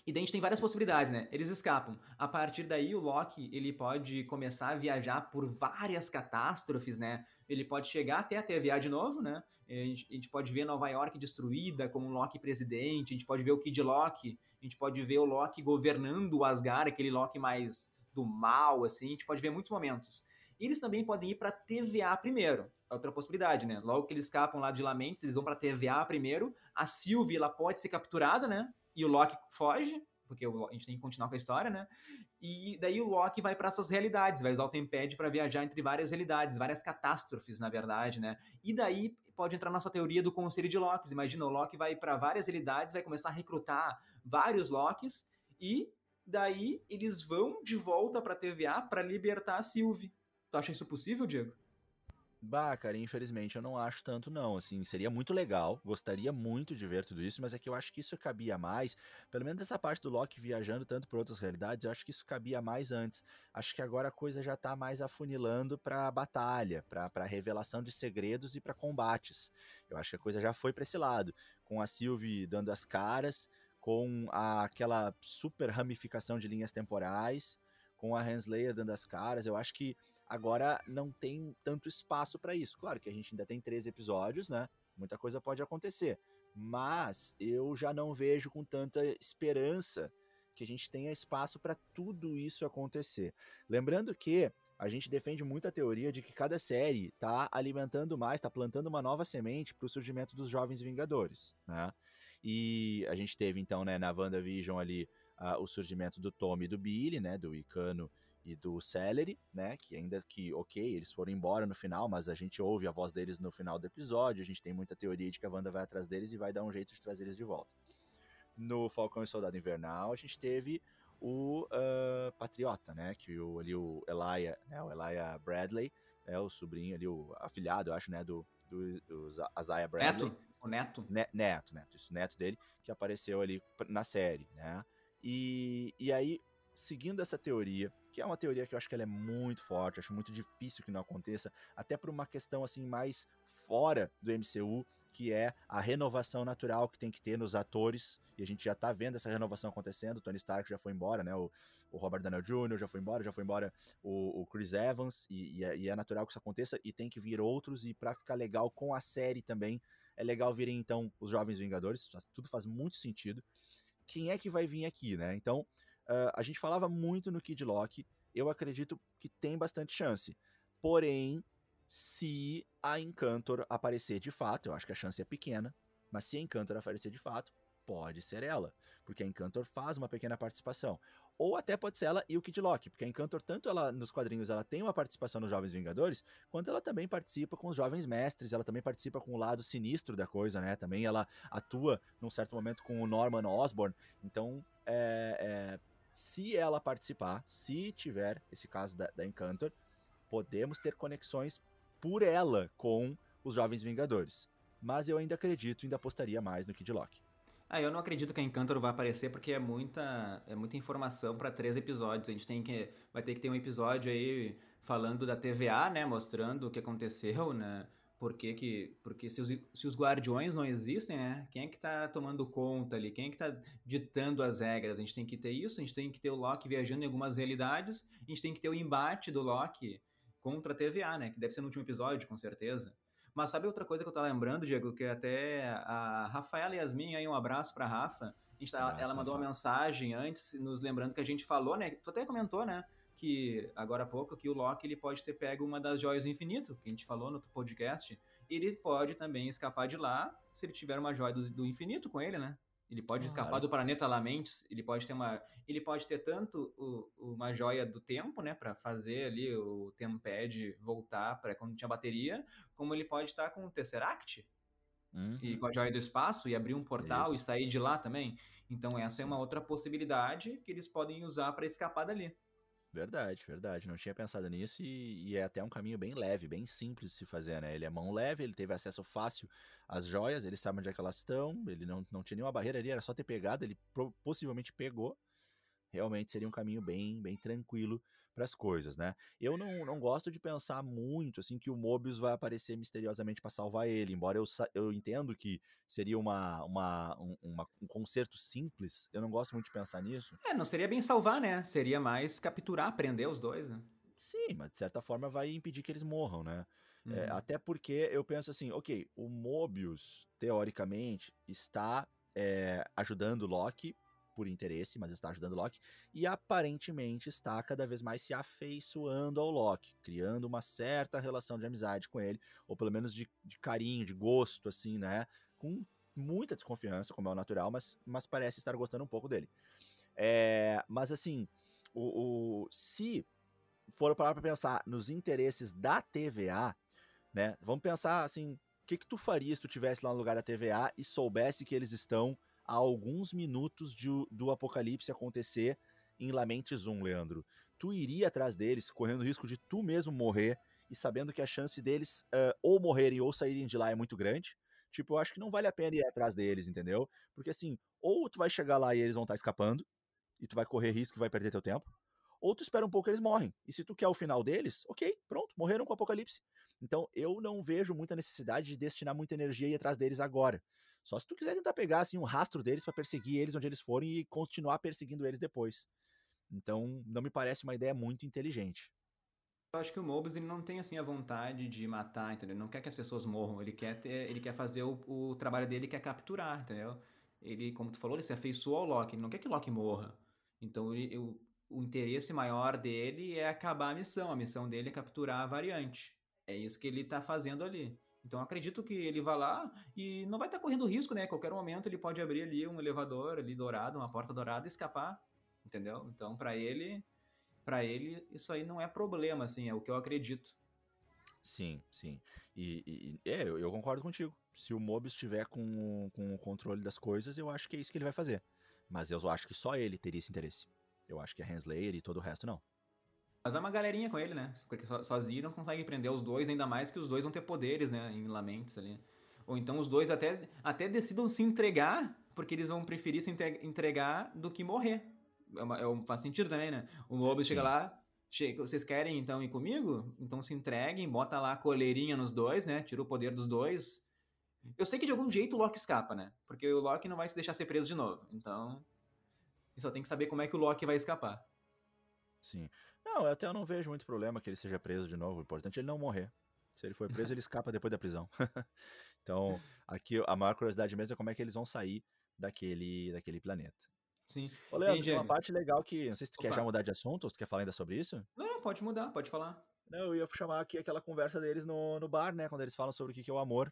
E daí a gente tem várias possibilidades, né? Eles escapam. A partir daí, o Loki, ele pode começar a viajar por várias catástrofes, né? Ele pode chegar até a T V A de novo, né? A gente, a gente pode ver Nova York destruída com o Loki presidente, a gente pode ver o Kid Loki, a gente pode ver o Loki governando o Asgard, aquele Loki mais do mal, assim, a gente pode ver muitos momentos. E eles também podem ir pra T V A primeiro, é outra possibilidade, né? Logo que eles escapam lá de Lamentos, eles vão pra T V A primeiro, a Sylvie, ela pode ser capturada, né? E o Loki foge, porque a gente tem que continuar com a história, né? E daí o Loki vai para essas realidades, vai usar o Tempad para viajar entre várias realidades, várias catástrofes, na verdade, né? E daí pode entrar nossa teoria do conselho de Lokis. Imagina, o Loki vai para várias realidades, vai começar a recrutar vários Lokis e daí eles vão de volta para T V A para libertar a Sylvie. Tu acha isso possível, Diego? Bah, cara, infelizmente eu não acho tanto não, assim, seria muito legal, gostaria muito de ver tudo isso, mas é que eu acho que isso cabia mais, pelo menos essa parte do Loki viajando tanto por outras realidades, eu acho que isso cabia mais antes. Acho que agora a coisa já tá mais afunilando pra batalha, pra, pra revelação de segredos e pra combates. Eu acho que a coisa já foi pra esse lado, com a Sylvie dando as caras, com a, aquela super ramificação de linhas temporais, com a Henslayer dando as caras, eu acho que agora não tem tanto espaço para isso. Claro que a gente ainda tem treze episódios, né? Muita coisa pode acontecer. Mas eu já não vejo com tanta esperança que a gente tenha espaço para tudo isso acontecer. Lembrando que a gente defende muito a teoria de que cada série tá alimentando mais, tá plantando uma nova semente para o surgimento dos Jovens Vingadores, né? E a gente teve então, né, na WandaVision ali uh, o surgimento do Tommy e do Billy, né, do Icano e do Celery, né, que ainda que, ok, eles foram embora no final, mas a gente ouve a voz deles no final do episódio, a gente tem muita teoria de que a Wanda vai atrás deles e vai dar um jeito de trazer eles de volta. No Falcão e Soldado Invernal, a gente teve o uh, Patriota, né, que o, ali o Elijah, né, o Elijah Bradley, é o sobrinho ali, o afilhado, eu acho, né, do, do, do Isaiah Bradley. Neto? O Neto? Ne neto, Neto, isso, neto dele, que apareceu ali na série, né, e, e aí, seguindo essa teoria, que é uma teoria que eu acho que ela é muito forte, acho muito difícil que não aconteça, até por uma questão assim mais fora do M C U, que é a renovação natural que tem que ter nos atores, e a gente já tá vendo essa renovação acontecendo, o Tony Stark já foi embora, né, o, o Robert Downey Júnior já foi embora, já foi embora o, o Chris Evans, e, e, é, e é natural que isso aconteça, e tem que vir outros, e pra ficar legal com a série também, é legal virem então os Jovens Vingadores, tudo faz muito sentido. Quem é que vai vir aqui, né, então Uh, a gente falava muito no Kid Loki, eu acredito que tem bastante chance. Porém, se a Encantor aparecer de fato, eu acho que a chance é pequena, mas se a Encantor aparecer de fato, pode ser ela, porque a Encantor faz uma pequena participação. Ou até pode ser ela e o Kid Loki, porque a Encantor, tanto ela nos quadrinhos, ela tem uma participação nos Jovens Vingadores, quanto ela também participa com os Jovens Mestres, ela também participa com o lado sinistro da coisa, né? Também ela atua, num certo momento, com o Norman Osborn. Então, é... é se ela participar, se tiver esse caso da, da Encantor, podemos ter conexões por ela com os Jovens Vingadores. Mas eu ainda acredito, ainda apostaria mais no Kid Loki. Ah, eu não acredito que a Encantor vai aparecer porque é muita, é muita informação para três episódios. A gente tem que, vai ter que ter um episódio aí falando da T V A, né, mostrando o que aconteceu, né? Por que que, porque se os, se os guardiões não existem, né? Quem é que tá tomando conta ali? Quem é que tá ditando as regras? A gente tem que ter isso, a gente tem que ter o Loki viajando em algumas realidades, a gente tem que ter o embate do Loki contra a T V A, né? Que deve ser no último episódio, com certeza. Mas sabe outra coisa que eu tô lembrando, Diego? Que até a Rafaela Yasmin, aí um abraço pra Rafa, a gente tá, Abraço, ela mandou Rafa. uma mensagem antes, nos lembrando que a gente falou, né? Tu até comentou, né? Que agora há pouco que o Loki ele pode ter pego uma das joias do infinito, que a gente falou no podcast, e ele pode também escapar de lá se ele tiver uma joia do, do infinito com ele, né? Ele pode Claro. escapar do planeta Lamentes, ele pode ter uma, ele pode ter tanto o, uma joia do tempo, né, para fazer ali o Tempad voltar para quando tinha bateria, como ele pode estar com o Tesseract Uhum. e com a joia do espaço e abrir um portal Isso. e sair de lá também. Então essa Sim. é uma outra possibilidade que eles podem usar para escapar dali. Verdade, verdade. Não tinha pensado nisso e, e é até um caminho bem leve, bem simples de se fazer, né? Ele é mão leve, ele teve acesso fácil às joias, ele sabe onde é que elas estão, ele não, não tinha nenhuma barreira ali, era só ter pegado, ele possivelmente pegou. Realmente seria um caminho bem, bem tranquilo as coisas, né? Eu não, não gosto de pensar muito, assim, que o Mobius vai aparecer misteriosamente para salvar ele, embora eu, eu entendo que seria uma, uma, um, uma, um conserto simples, eu não gosto muito de pensar nisso. É, não seria bem salvar, né? Seria mais capturar, prender os dois, né? Sim, mas de certa forma vai impedir que eles morram, né? Uhum. É, até porque eu penso assim, ok, o Mobius, teoricamente, está é, ajudando o Loki por interesse, mas está ajudando o Loki, e aparentemente está cada vez mais se afeiçoando ao Loki, criando uma certa relação de amizade com ele, ou pelo menos de, de carinho, de gosto, assim, né? Com muita desconfiança, como é o natural, mas, mas parece estar gostando um pouco dele. É, mas assim, o, o, se for parar pra pensar nos interesses da T V A, né? Vamos pensar assim, o que que tu faria se tu estivesse lá no lugar da T V A e soubesse que eles estão a alguns minutos de, do apocalipse acontecer em Lamentes um, Leandro? Tu iria atrás deles, correndo o risco de tu mesmo morrer e sabendo que a chance deles uh, ou morrerem ou saírem de lá é muito grande? Tipo, eu acho que não vale a pena ir atrás deles, entendeu? Porque assim, ou tu vai chegar lá e eles vão estar escapando, e tu vai correr risco e vai perder teu tempo, ou tu espera um pouco e eles morrem. E se tu quer o final deles, ok, pronto, morreram com o apocalipse. Então eu não vejo muita necessidade de destinar muita energia e ir atrás deles agora. Só se tu quiser tentar pegar assim um rastro deles para perseguir eles onde eles forem e continuar perseguindo eles depois. Então não me parece uma ideia muito inteligente. Eu acho que o Mobius ele não tem assim a vontade de matar, entendeu? Ele não quer que as pessoas morram, ele quer ter, ele quer fazer o, o trabalho dele, que é capturar, entendeu? Ele, como tu falou, ele se afeiçoou ao Loki, ele não quer que o Loki morra. Então ele, eu, o interesse maior dele é acabar a missão. A missão dele é capturar a variante. É isso que ele tá fazendo ali. Então eu acredito que ele vai lá e não vai estar tá correndo risco, né? A qualquer momento ele pode abrir ali um elevador ali dourado, uma porta dourada e escapar, entendeu? Então para ele, para ele isso aí não é problema, assim, é o que eu acredito. Sim, sim. E, e é, eu, eu concordo contigo. Se o Mobius estiver com, com o controle das coisas, eu acho que é isso que ele vai fazer. Mas eu acho que só ele teria esse interesse. Eu acho que a Henslayer e todo o resto não. Mas vai uma galerinha com ele, né? Porque so, sozinho não consegue prender os dois, ainda mais que os dois vão ter poderes, né? Em Lamentes ali. Ou então os dois até, até decidam se entregar, porque eles vão preferir se entregar do que morrer. É uma, é um, faz sentido também, né? O Mobius chega lá, chega, vocês querem então ir comigo? Então se entreguem, bota lá a coleirinha nos dois, né? Tira o poder dos dois. Eu sei que de algum jeito o Loki escapa, né? Porque o Loki não vai se deixar ser preso de novo. Então, só tem que saber como é que o Loki vai escapar. Sim. Não, eu até não vejo muito problema que ele seja preso de novo. O importante é ele não morrer. Se ele for preso, ele escapa depois da prisão. Então, aqui a maior curiosidade mesmo é como é que eles vão sair daquele, daquele planeta. Sim. Ô, Leandro, tem uma parte legal que. Não sei se tu Opa. quer já mudar de assunto ou se tu quer falar ainda sobre isso. Não, não, pode mudar, pode falar. Não, eu ia chamar aqui aquela conversa deles no, no bar, né? Quando eles falam sobre o que, que é o amor.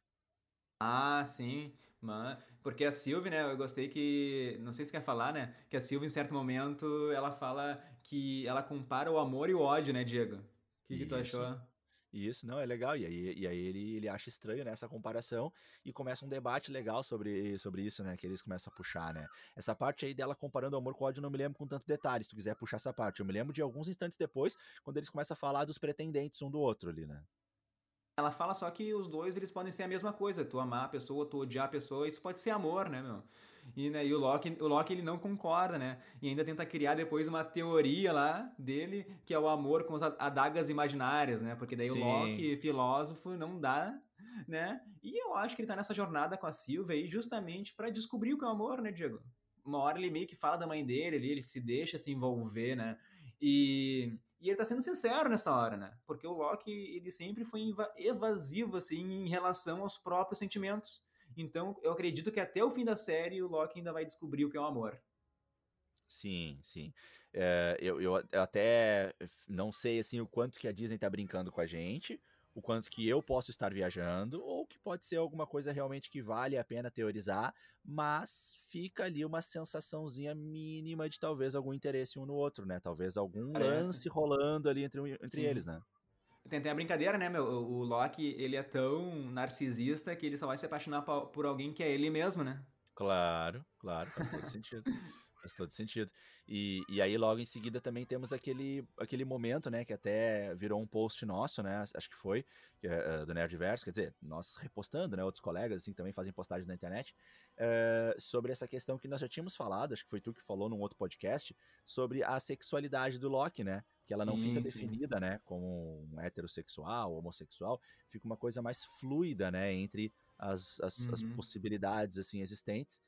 Ah, sim, mano. Porque a Sylvie, né, eu gostei que, não sei se quer falar, né, que a Sylvie em certo momento, ela fala que ela compara o amor e o ódio, né, Diego? O que, que tu achou? Isso, não, é legal. E aí, e aí ele, ele acha estranho, né, essa comparação e começa um debate legal sobre, sobre isso, né, que eles começam a puxar, né. Essa parte aí dela comparando o amor com o ódio eu não me lembro com tanto detalhe, se tu quiser puxar essa parte. Eu me lembro de alguns instantes depois, quando eles começam a falar dos pretendentes um do outro ali, né. Ela fala só que os dois, eles podem ser a mesma coisa. Tu amar a pessoa, tu odiar a pessoa, isso pode ser amor, né, meu? E, né, e o Loki, o Loki, ele não concorda, né? E ainda tenta criar depois uma teoria lá dele, que é o amor com as adagas imaginárias, né? Porque daí Sim. o Loki, filósofo, não dá, né? E eu acho que ele tá nessa jornada com a Sylvie aí justamente para descobrir o que é o amor, né, Diego? Uma hora ele meio que fala da mãe dele ali, ele se deixa se envolver, né? E... E ele tá sendo sincero nessa hora, né? Porque o Loki, ele sempre foi evasivo, assim, em relação aos próprios sentimentos. Então, eu acredito que até o fim da série, o Loki ainda vai descobrir o que é o amor. Sim, sim. É, eu, eu até não sei, assim, o quanto que a Disney tá brincando com a gente, o quanto que eu posso estar viajando, ou que pode ser alguma coisa realmente que vale a pena teorizar, mas fica ali uma sensaçãozinha mínima de talvez algum interesse um no outro, né? Talvez algum Parece. lance rolando ali entre, entre eles, né? Tem a brincadeira, né, meu? O Loki, ele é tão narcisista que ele só vai se apaixonar por alguém que é ele mesmo, né? Claro, claro, faz todo sentido. Faz todo sentido. E, e aí, logo em seguida, também temos aquele, aquele momento, né, que até virou um post nosso, né, acho que foi, que é, do Nerdverso, quer dizer, nós repostando, né, outros colegas, assim, que também fazem postagens na internet, é, sobre essa questão que nós já tínhamos falado, acho que foi tu que falou num outro podcast, sobre a sexualidade do Loki, né, que ela não fica Sim, sim. definida, né, como um heterossexual, homossexual, fica uma coisa mais fluida, né, entre as, as, as Uhum. possibilidades, assim, existentes,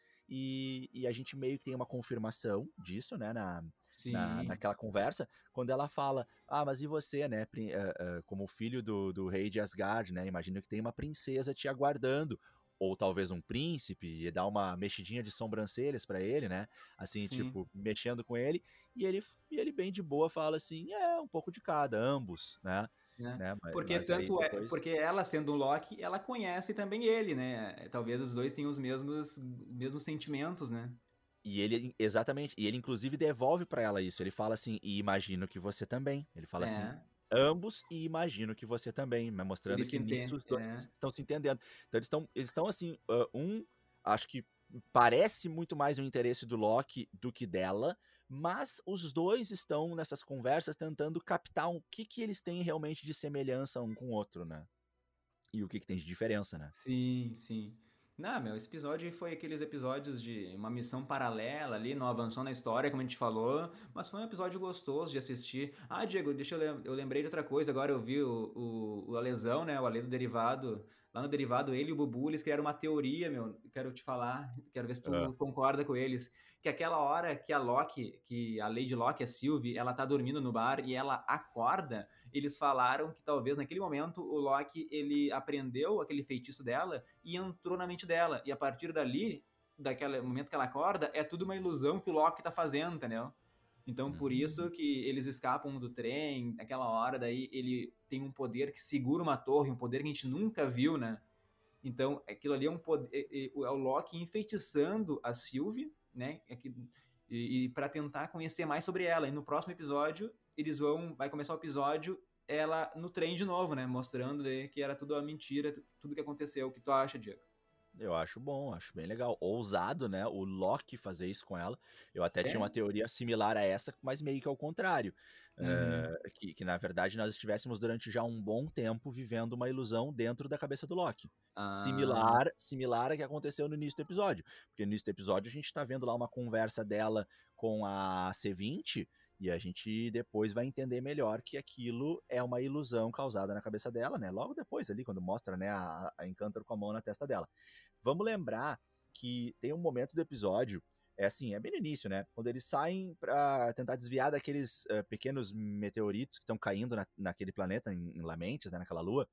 e, e a gente meio que tem uma confirmação disso, né, na, na, Sim. naquela conversa, quando ela fala, ah, mas e você, né, prin- ah, ah, como filho do, do rei de Asgard, né, imagino que tem uma princesa te aguardando, ou talvez um príncipe, e dá uma mexidinha de sobrancelhas pra ele, né, assim, Sim. tipo, mexendo com ele, e ele, e ele bem de boa fala assim, é, um pouco de cada, ambos, né, Né? né, mas, Porque mas aí tanto é, depois... porque ela sendo o Loki, ela conhece também ele, né? Talvez os dois tenham os mesmos, mesmos sentimentos, né? E ele, exatamente, e ele inclusive devolve pra ela isso, ele fala assim, e imagino que você também, ele fala assim, É, ambos e imagino que você também, mas mostrando ele se que nisso entende, os dois é. estão se entendendo. Então eles estão, eles estão assim, ah, um, acho que parece muito mais o interesse do Loki do que dela, mas os dois estão nessas conversas tentando captar o que que eles têm realmente de semelhança um com o outro, né? E o que que tem de diferença, né? Sim, sim. Não, meu, esse episódio foi aqueles episódios de uma missão paralela ali, não avançou na história, como a gente falou, mas foi um episódio gostoso de assistir. Ah, Diego, deixa eu lem eu lembrei de outra coisa, agora eu vi o, o, o Alesão, né, o Ale do Derivado, lá no Derivado, ele e o Bubu, eles criaram uma teoria, meu, quero te falar, quero ver se Ah, tu concorda com eles, que aquela hora que a Loki, que a Lady Loki, a Sylvie, ela tá dormindo no bar e ela acorda, eles falaram que talvez naquele momento o Loki ele aprendeu aquele feitiço dela e entrou na mente dela. E a partir dali, daquele momento que ela acorda, é tudo uma ilusão que o Loki tá fazendo, entendeu? Então por isso uhum, que eles escapam do trem, naquela hora, daí ele tem um poder que segura uma torre, um poder que a gente nunca viu, né? Então aquilo ali é um poder, é, é o Loki enfeitiçando a Sylvie, né? É que- E, e para tentar conhecer mais sobre ela. E no próximo episódio, eles vão. Vai começar o episódio ela no trem de novo, né? Mostrando daí que era tudo uma mentira, tudo que aconteceu. O que tu acha, Diego? eu acho bom, acho bem legal. Ousado, né? O Loki fazer isso com ela. Eu até tinha uma É? teoria similar a essa, mas meio que ao contrário. Uhum. Eh, que, que, na verdade, nós estivéssemos durante já um bom tempo vivendo uma ilusão dentro da cabeça do Loki. Ah, Similar, similar a que aconteceu no início do episódio. Porque no início do episódio a gente tá vendo lá uma conversa dela com a C vinte. E a gente depois vai entender melhor que aquilo é uma ilusão causada na cabeça dela, né? Logo depois ali, quando mostra, né, a, a Encantor com a mão na testa dela. Vamos lembrar que tem um momento do episódio, é assim, é bem no início, né? Quando eles saem pra tentar desviar daqueles uh, pequenos meteoritos que estão caindo na, naquele planeta, em, em Lamentes, né? Naquela lua.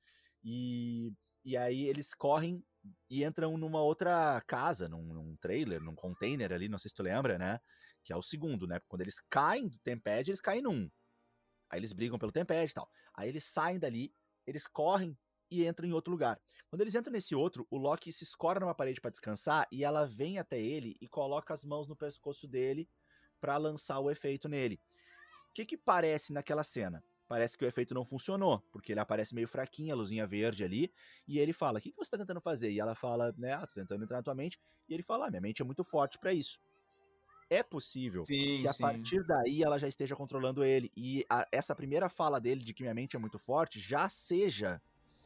E, e aí eles correm e entram numa outra casa, num, num trailer, num container ali, não sei se tu lembra, né? Que é o segundo, né? Quando eles caem do Tempad, eles caem num. Aí eles brigam pelo Tempad e tal. Aí eles saem dali, eles correm e entram em outro lugar. Quando eles entram nesse outro, o Loki se escora numa parede para descansar e ela vem até ele e coloca as mãos no pescoço dele para lançar o efeito nele. O que que parece naquela cena? Parece que o efeito não funcionou, porque ele aparece meio fraquinho, a luzinha verde ali, e ele fala: "O que que você tá tentando fazer?" E ela fala, né: "Ah, tô tentando entrar na tua mente." E ele fala: "Ah, minha mente é muito forte para isso." É possível que sim, a sim. partir daí ela já esteja controlando ele. E a- essa primeira fala dele de que minha mente é muito forte já seja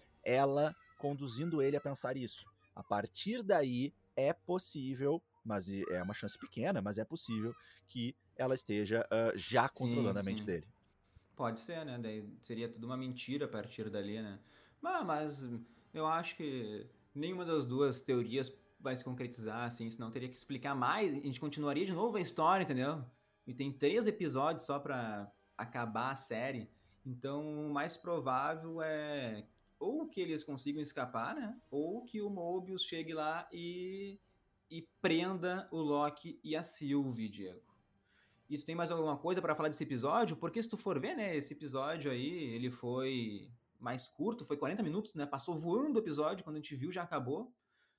ela conduzindo ele a pensar isso. A partir daí é possível, mas é uma chance pequena, mas é possível que ela esteja uh, já Sim, controlando a mente sim. dele. Pode ser, né? Daí seria tudo uma mentira a partir dali, né? Mas, mas eu acho que nenhuma das duas teorias vai se concretizar, assim, senão teria que explicar mais. A gente continuaria de novo a história, entendeu? E tem três episódios só pra acabar a série. Então, o mais provável é ou que eles consigam escapar, né? Ou que o Mobius chegue lá e, e prenda o Loki e a Sylvie, Diego. E tu tem mais alguma coisa pra falar desse episódio? Porque se tu for ver, né, esse episódio aí, ele foi mais curto, foi quarenta minutos, né? Passou voando o episódio, quando a gente viu já acabou.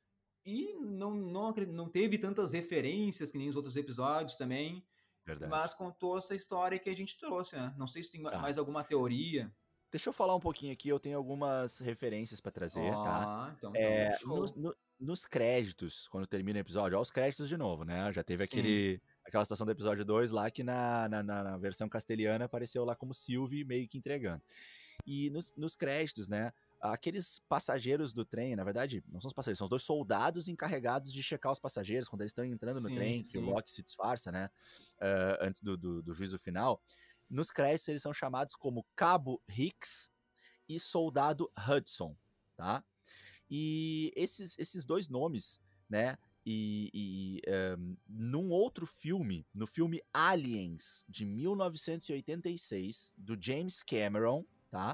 E não, não, acre- não teve tantas referências que nem os outros episódios também, Verdade. mas contou essa história que a gente trouxe, né? Não sei se tem ma- Tá. mais alguma teoria. Deixa eu falar um pouquinho aqui, eu tenho algumas referências pra trazer, tá? Ó, então, então, É, nos, show. no- nos créditos, quando termina o episódio, ó, os créditos de novo, né? Já teve Sim, aquele, aquela situação do episódio dois lá que na, na, na- na versão castelhana apareceu lá como Sylvie meio que entregando. E nos, nos créditos, né? Aqueles passageiros do trem, na verdade, não são os passageiros, são os dois soldados encarregados de checar os passageiros quando eles estão entrando no sim, trem, que o sim. Loki se disfarça, né? ah, antes do, do, do juízo final. Nos créditos eles são chamados como Cabo Hicks e Soldado Hudson, tá? E esses, esses dois nomes, né? E, e um, num outro filme, no filme Aliens, de mil novecentos e oitenta e seis, do James Cameron, tá?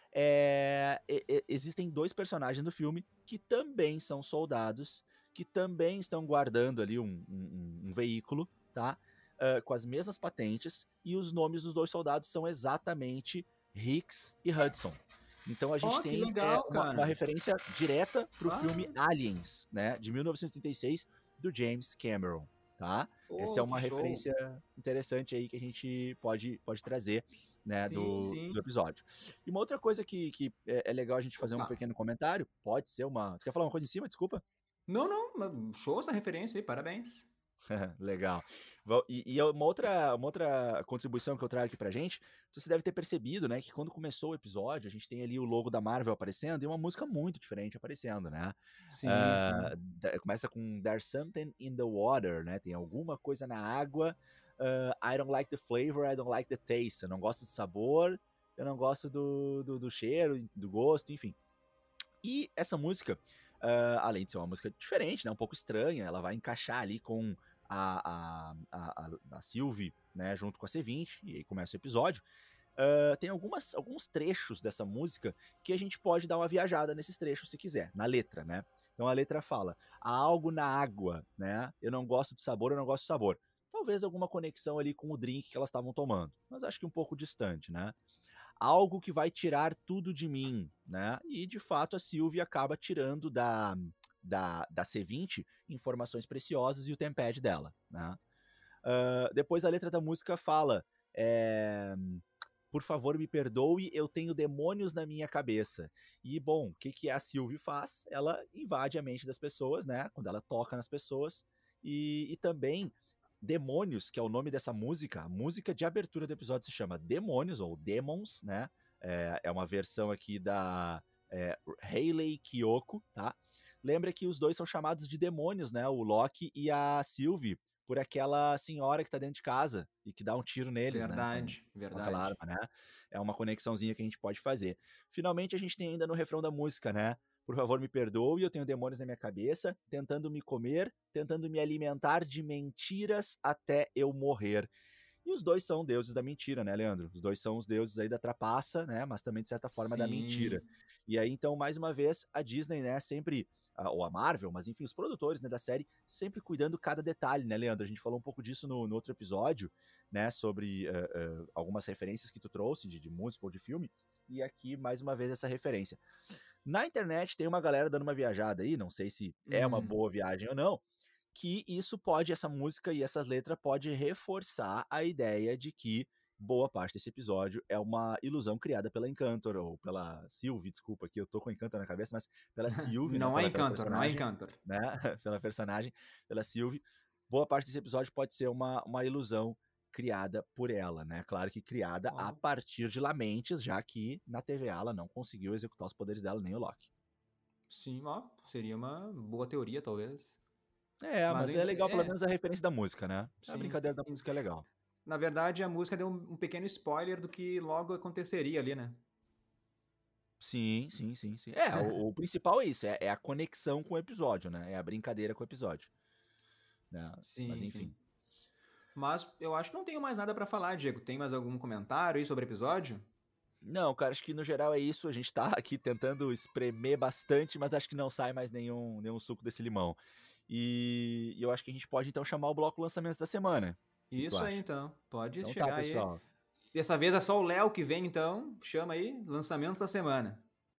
É, e- e- existem dois personagens do filme que também são soldados, que também estão guardando ali um, um- um veículo, tá? Ah, com as mesmas patentes, e os nomes dos dois soldados são exatamente Hicks e Hudson. Então a gente Ó, que tem é, legal, uma, uma cara. referência direta pro Ah, filme Aliens, né? De mil novecentos e oitenta e seis, do James Cameron, tá? Essa é pô, que uma show. referência interessante aí que a gente pode, pode trazer, né, Sim, do, sim. do episódio. E uma outra coisa que, que é, é legal a gente fazer um Opa. pequeno comentário, pode ser uma... Tu quer falar uma coisa em cima? Desculpa. Não, não, mas show essa referência aí, parabéns. Legal. Vo- E, e uma outra, uma outra contribuição que eu trago aqui pra gente, você deve ter percebido, né, que quando começou o episódio, a gente tem ali o logo da Marvel aparecendo e uma música muito diferente aparecendo, né? Sim, sim. Ah, da- começa com There's Something in the Water, né? Tem alguma coisa na água. Ah, I don't like the flavor, I don't like the taste. Eu não gosto do sabor, eu não gosto do, do, do cheiro, do gosto, enfim. E essa música, ah, além de ser uma música diferente, né, um pouco estranha, ela vai encaixar ali com a, a, a, a, a Sylvie, né, junto com a C vinte, e aí começa o episódio. Ah, tem algumas, alguns trechos dessa música que a gente pode dar uma viajada nesses trechos se quiser, na letra, né? Então a letra fala: há algo na água, né? Eu não gosto de sabor, eu não gosto de sabor. Talvez alguma conexão ali com o drink que elas estavam tomando, mas acho que um pouco distante, né? Algo que vai tirar tudo de mim, né? E de fato a Sylvie acaba tirando da, da, da C vinte informações preciosas e o tempad dela, né? Ah, depois a letra da música fala: é, por favor, me perdoe, eu tenho demônios na minha cabeça. E, bom, o que, que a Sylvie faz? Ela invade a mente das pessoas, né? Quando ela toca nas pessoas. E, e também, Demônios, que é o nome dessa música, a música de abertura do episódio se chama Demônios, ou Demons, né? É, é uma versão aqui da é, Hayley Kiyoko, tá? Lembra que os dois são chamados de demônios, né? O Loki e a Sylvie, por aquela senhora que tá dentro de casa e que dá um tiro neles, né? Com, Verdade, com aquela verdade. arma, né? É uma conexãozinha que a gente pode fazer. Finalmente, a gente tem ainda no refrão da música, né? Por favor, me perdoe, eu tenho demônios na minha cabeça, tentando me comer, tentando me alimentar de mentiras até eu morrer. E os dois são deuses da mentira, né, Leandro? Os dois são os deuses aí da trapaça, né? Mas também, de certa forma, da mentira. Sim. E aí, então, mais uma vez, a Disney, né, sempre, a- ou a Marvel, mas enfim, os produtores, né, da série, sempre cuidando cada detalhe, né, Leandro? A gente falou um pouco disso no, no outro episódio, né, sobre eh, eh, algumas referências que tu trouxe de, de música ou de filme, e aqui, mais uma vez, essa referência. Na internet tem uma galera dando uma viajada aí, não sei se é uma Hum. boa viagem ou não, que isso pode, essa música e essa letra pode reforçar a ideia de que boa parte desse episódio é uma ilusão criada pela Encantor, ou pela Sylvie, desculpa, que eu tô com Encantor na cabeça, mas pela Sylvie, né, Não é pela, pela Encantor, não é personagem, Encantor. né, pela personagem, pela Sylvie. Boa parte desse episódio pode ser uma, uma ilusão criada por ela, né? Claro que criada a Ó, partir de Lamentes, já que na T V A ela não conseguiu executar os poderes dela, nem o Loki. sim, ó, seria uma boa teoria, talvez. É, Mas mas é ainda- legal pelo é, menos a referência da música, né? A sim. brincadeira da Em- música é legal. Na verdade, a música deu um um pequeno spoiler do que logo aconteceria ali, né? Sim, sim, sim, sim. É, o, o principal é isso, é, é a conexão com o episódio, né? É a brincadeira com o episódio, né? Mas Sim, enfim. sim. Mas eu acho que não tenho mais nada pra falar, Diego. Tem mais algum comentário aí sobre o episódio? Não, cara, acho que no geral é isso. A gente tá aqui tentando espremer bastante, mas acho que não sai mais nenhum, nenhum suco desse limão. E, e eu acho que a gente pode então chamar o bloco lançamentos da semana. O que que tu Isso aí, acha? então. Pode Então tá, chegar aí. pessoal. Dessa vez é só o Léo que vem, então. Chama aí, lançamentos da semana.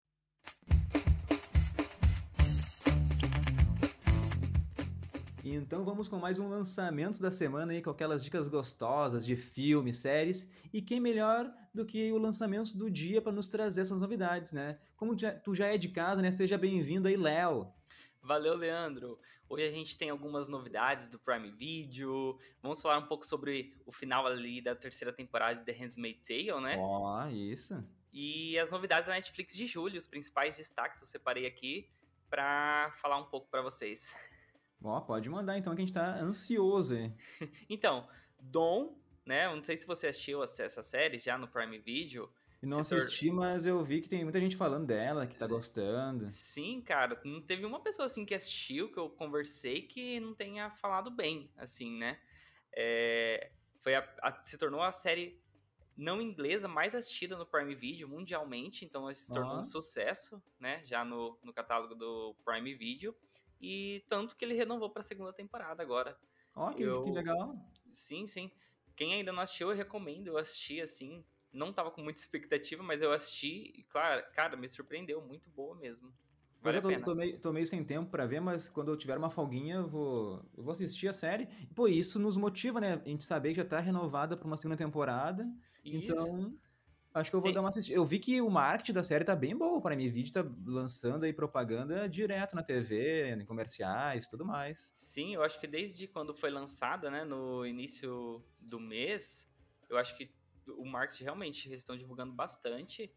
Então vamos com mais um lançamento da semana aí, com aquelas dicas gostosas de filmes, séries. E quem melhor do que o lançamento do dia para nos trazer essas novidades, né? Como já- tu já é de casa, né? Seja bem-vindo aí, Léo. Valeu, Leandro. Hoje a gente tem algumas novidades do Prime Video. Vamos falar um pouco sobre o final ali da terceira temporada de The Handmaid's Tale, né? Ó, isso. E as novidades da Netflix de julho, os principais destaques eu separei aqui pra falar um pouco pra vocês. Ó, pode mandar então que a gente tá ansioso aí. Então, Dom né? Eu não sei se você assistiu essa essa série já no Prime Video. E não Se tor- assisti, mas eu vi que tem muita gente falando dela, que tá gostando. Sim, cara, não teve uma pessoa assim que assistiu, que eu conversei, que não tenha falado bem, assim, né? É, foi a- a- se tornou a série não inglesa mais assistida no Prime Video mundialmente, então ela se tornou um Ó, sucesso, né? Já no, no catálogo do Prime Video. E tanto que ele renovou para a segunda temporada agora. ó, que, que Eu, legal. sim, sim. Quem ainda não assistiu, eu recomendo. Eu assisti assim, não tava com muita expectativa, mas eu assisti e, claro, cara, me surpreendeu, muito boa mesmo. Pois Vale eu a tô, pena. tô meio, tô meio sem tempo pra ver, mas quando eu tiver uma folguinha, eu vou, eu vou assistir a série. E, pô, isso nos motiva, né? A gente saber que já tá renovada pra uma segunda temporada. Isso. Então, acho que eu vou Sim, dar uma assistida. Eu vi que o marketing da série tá bem bom. O Prime Video tá lançando aí propaganda direto na T V, em comerciais e tudo mais. sim, eu acho que desde quando foi lançada, né, no início do mês, eu acho que o marketing realmente eles estão divulgando bastante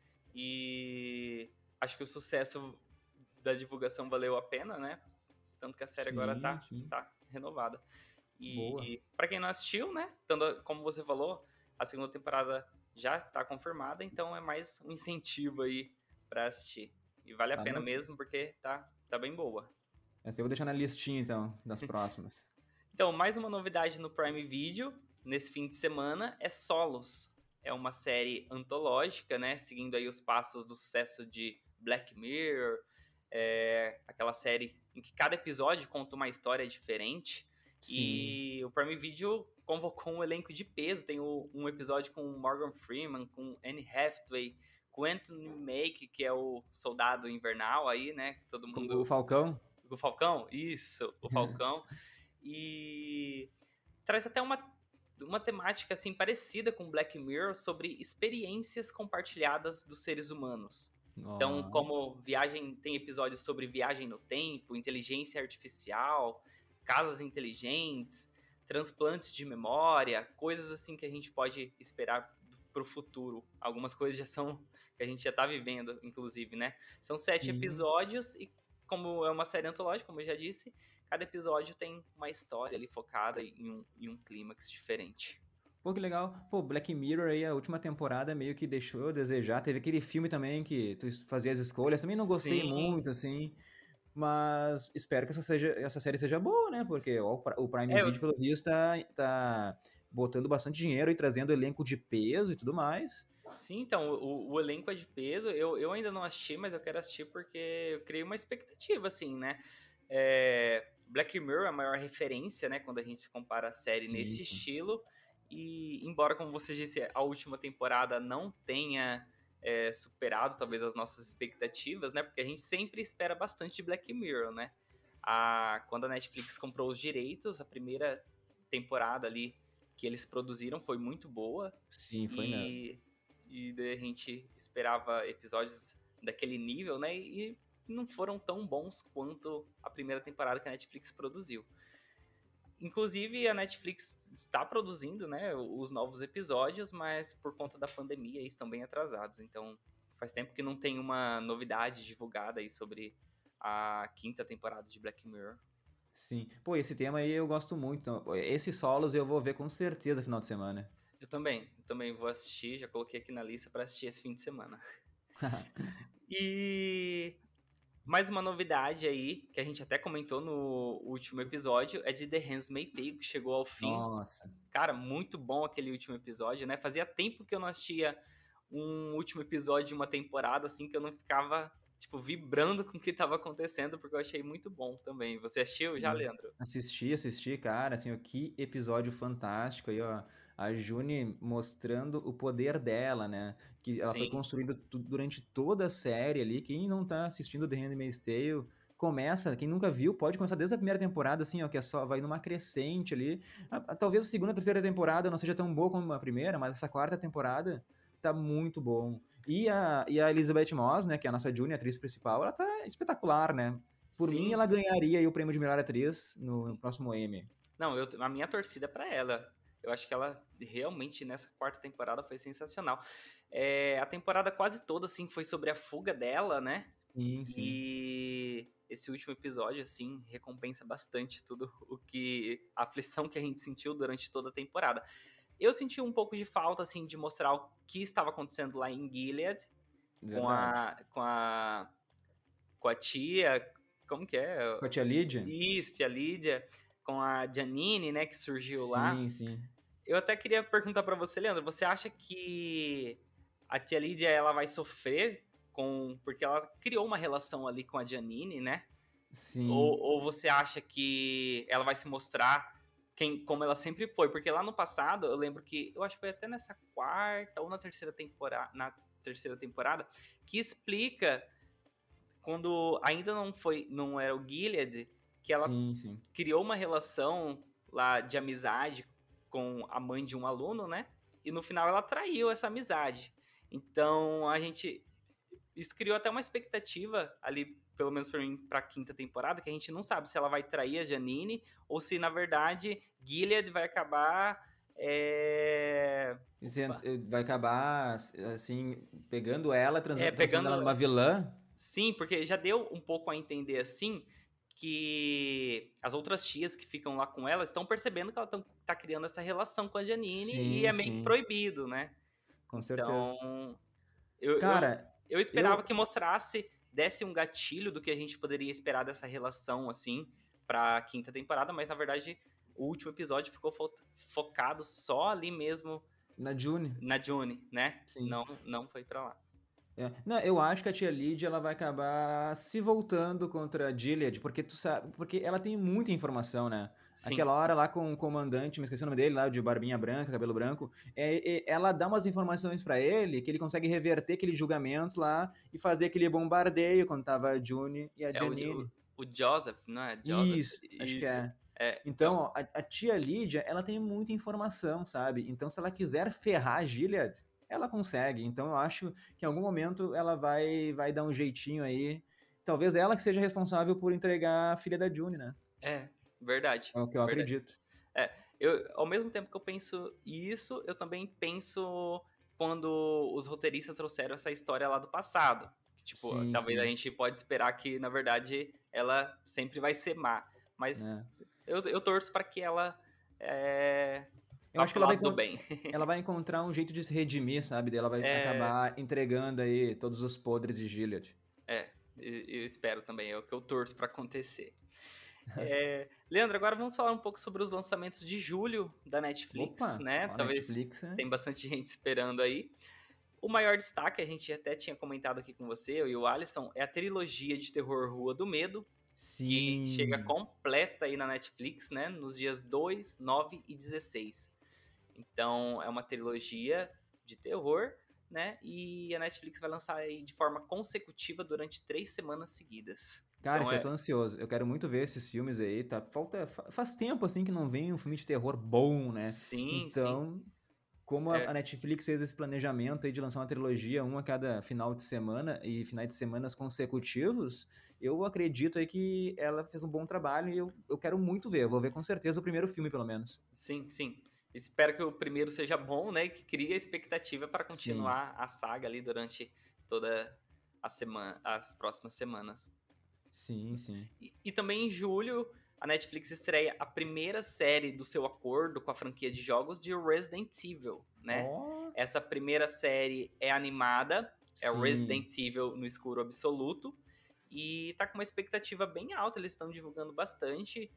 e acho que o sucesso da divulgação valeu a pena, né? Tanto que a série agora Sim, tá, sim. tá renovada. Boa. E pra quem não assistiu, né, tanto, como você falou, a segunda temporada já está confirmada, então é mais um incentivo aí pra assistir. E vale a Tá pena no... mesmo porque tá, tá bem boa. Essa eu vou deixar na listinha, então, das próximas. Então, mais uma novidade no Prime Video nesse fim de semana é Solos. É uma série antológica, né? Seguindo aí os passos do sucesso de Black Mirror, é aquela série em que cada episódio conta uma história diferente. Sim. E o Prime Video convocou um elenco de peso. Tem o- um episódio com o Morgan Freeman, com Anne Hathaway, com Anthony Mackie, que é o soldado invernal aí, né? Que todo O mundo... Falcão? O Falcão? Isso, o Falcão. E traz até uma, uma temática assim parecida com Black Mirror sobre experiências compartilhadas dos seres humanos. Então, Ó, como viagem, tem episódios sobre viagem no tempo, inteligência artificial, casas inteligentes, transplantes de memória, coisas assim que a gente pode esperar para o futuro. Algumas coisas já são que a gente já está vivendo, inclusive, né? São sete sim. episódios e como é uma série antológica, como eu já disse, cada episódio tem uma história ali focada em um, em um clímax diferente. Pô, que legal. Pô, Black Mirror aí, a última temporada meio que deixou eu desejar. Teve aquele filme também que tu es- fazia as escolhas. Também não gostei Sim, muito, assim. Mas espero que essa, seja, essa série seja boa, né? Porque ó, o Pri- o Prime é, Video, pelo visto, tá, tá botando bastante dinheiro e trazendo elenco de peso e tudo mais. sim, então, o, o elenco é de peso. Eu, eu ainda não assisti, mas eu quero assistir porque eu criei uma expectativa, assim, né? É, Black Mirror é a maior referência, né? Quando a gente se compara a série Sim, nesse sim. estilo. E, embora, como você disse, a última temporada não tenha é, superado, talvez, as nossas expectativas, né? Porque a gente sempre espera bastante de Black Mirror, né? A, quando a Netflix comprou os direitos, a primeira temporada ali que eles produziram foi muito boa. Sim, foi mesmo. E, e daí a gente esperava episódios daquele nível, né? E não foram tão bons quanto a primeira temporada que a Netflix produziu. Inclusive, a Netflix está produzindo, né, os novos episódios, mas por conta da pandemia eles estão bem atrasados. Então, faz tempo que não tem uma novidade divulgada aí sobre a quinta temporada de Black Mirror. Sim. Pô, esse tema aí eu gosto muito. Então, pô, esses solos eu vou ver com certeza no final de semana. Eu também, eu também vou assistir, já coloquei aqui na lista para assistir esse fim de semana. E mais uma novidade aí, que a gente até comentou no último episódio, é de The Handmaid's Tale, que chegou ao fim. Nossa. Cara, muito bom aquele último episódio, né? Fazia tempo que eu não assistia um último episódio de uma temporada, assim, que eu não ficava, tipo, vibrando com o que tava acontecendo, porque eu achei muito bom também. Você assistiu já, Sim. Leandro? Assisti, assisti, cara, assim, ó, que episódio fantástico aí, ó. A June mostrando o poder dela, né? Que ela foi Sim, construindo tu- durante toda a série ali. Quem não tá assistindo The Handmaid's Tale, começa, quem nunca viu, pode começar desde a primeira temporada, assim, ó, que é só, vai numa crescente ali. A- a- talvez a segunda, terceira temporada não seja tão boa como a primeira, mas essa quarta temporada tá muito bom. E a, e a Elizabeth Moss, né, que é a nossa June, a atriz principal, ela tá espetacular, né? Por mim, sim. ela ganharia aí o prêmio de melhor atriz no, no próximo Emmy. Não, eu, a minha torcida é pra ela. Eu acho que ela realmente nessa quarta temporada foi sensacional. É, a temporada quase toda, assim, foi sobre a fuga dela, né? Sim, sim. E esse último episódio, assim, recompensa bastante tudo o que... a aflição que a gente sentiu durante toda a temporada. Eu senti um pouco de falta, assim, de mostrar o que estava acontecendo lá em Gilead, com a, com a com a tia, como que é? Com a tia Lídia? Isso, tia Lídia, com a Janine, né, que surgiu lá. Sim, sim. Eu até queria perguntar pra você, Leandro, você acha que a tia Lídia, ela vai sofrer com... porque ela criou uma relação ali com a Janine, né? Sim. Ou, ou você acha que ela vai se mostrar quem, como ela sempre foi? Porque lá no passado, eu lembro que, eu acho que foi até nessa quarta ou na terceira temporada, na terceira temporada, que explica quando ainda não foi, não era o Gilead, que ela Sim, sim. criou uma relação lá de amizade com a mãe de um aluno, né? E no final ela traiu essa amizade. Então a gente, isso criou até uma expectativa ali, pelo menos pra mim, pra quinta temporada, que a gente não sabe se ela vai trair a Janine ou se na verdade Gilead vai acabar é... Dizendo- Vai acabar, assim, pegando ela, trans- É, transformando ela pegando- numa vilã. Sim, porque já deu um pouco a entender assim que as outras tias que ficam lá com ela estão percebendo que ela tão- tá criando essa relação com a Janine e Sim, é meio que sim. proibido, né? Com certeza. Então, eu, eu, Cara, eu esperava eu- que mostrasse, desse um gatilho do que a gente poderia esperar dessa relação, assim, pra quinta temporada, mas na verdade o último episódio ficou fo- focado só ali mesmo na June. na June, né? Sim. Não, não foi pra lá. É. Não, eu acho que a tia Lydia ela vai acabar se voltando contra a Gilead, porque tu sabe, porque ela tem muita informação, né? Sim, Aquela hora lá com o comandante, me esqueci o nome dele, lá de barbinha branca, cabelo branco, é, é- ela dá umas informações pra ele que ele consegue reverter aquele julgamento lá e fazer aquele bombardeio quando tava a June e a é o, Janine. o, o Joseph, não é? Joseph? Isso, acho que Isso. é. É, Então, ó, a, a tia Lídia, ela tem muita informação, sabe? Então, se ela quiser ferrar a Gilead, ela consegue. Então, eu acho que em algum momento ela vai, vai dar um jeitinho aí. Talvez ela que seja responsável por entregar a filha da June, né? é, verdade. É o que eu verdade. acredito. É, eu, ao mesmo tempo que eu penso isso, eu também penso quando os roteiristas trouxeram essa história lá do passado. Que, tipo, Sim, talvez sim. a gente pode esperar que, na verdade, ela sempre vai ser má. Mas É. eu, eu torço pra que ela é, Eu vá acho que pro ela vai, lado do encon- bem. ela vai encontrar um jeito de se redimir, sabe? Daí ela vai É. acabar entregando aí todos os podres de Gilead. É, eu, eu espero também, é o que eu torço pra acontecer. É, Leandro, agora vamos falar um pouco sobre os lançamentos de julho da Netflix, Opa, né? ó, Talvez Netflix, né? tem bastante gente esperando aí. O maior destaque, a gente até tinha comentado aqui com você, eu e o Alisson, é a trilogia de terror Rua do Medo, que Sim. chega completa aí na Netflix, né? Nos dias dois, nove e dezesseis. Então, é uma trilogia de terror, né? E a Netflix vai lançar aí de forma consecutiva durante três semanas seguidas. Cara, Então, isso é... eu tô ansioso. Eu quero muito ver esses filmes aí, tá? Falta, fa- faz tempo assim que não vem um filme de terror bom, né? Sim, Então, como É. a a Netflix fez esse planejamento aí de lançar uma trilogia, uma a cada final de semana e finais de semanas consecutivos, eu acredito aí que ela fez um bom trabalho e eu, eu quero muito ver. Eu vou ver com certeza o primeiro filme, pelo menos. sim, sim. Espero que o primeiro seja bom, né? E que crie a expectativa para Sim. continuar a saga ali durante toda a semana, as próximas semanas. Sim, sim. E, e também em julho, a Netflix estreia a primeira série do seu acordo com a franquia de jogos de Resident Evil, né? Ó, Essa primeira série é animada, é sim. Resident Evil no escuro absoluto, e tá com uma expectativa bem alta, eles estão divulgando bastante,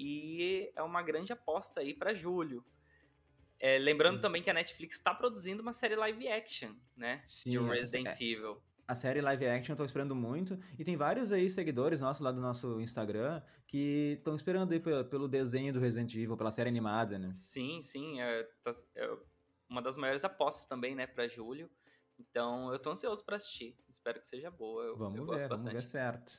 e é uma grande aposta aí para julho. É, lembrando Sim. também que a Netflix está produzindo uma série live action, né? Sim, de essa- Resident é- Evil. A série live action eu tô esperando muito. E tem vários aí seguidores nossos lá do nosso Instagram que estão esperando aí pelo, pelo desenho do Resident Evil, pela série animada, né? Sim, sim, é, tá- é uma das maiores apostas também, né, para julho. Então, eu tô ansioso para assistir. Espero que seja boa. Eu, Vamos eu ver, gosto vamos bastante. ver certo.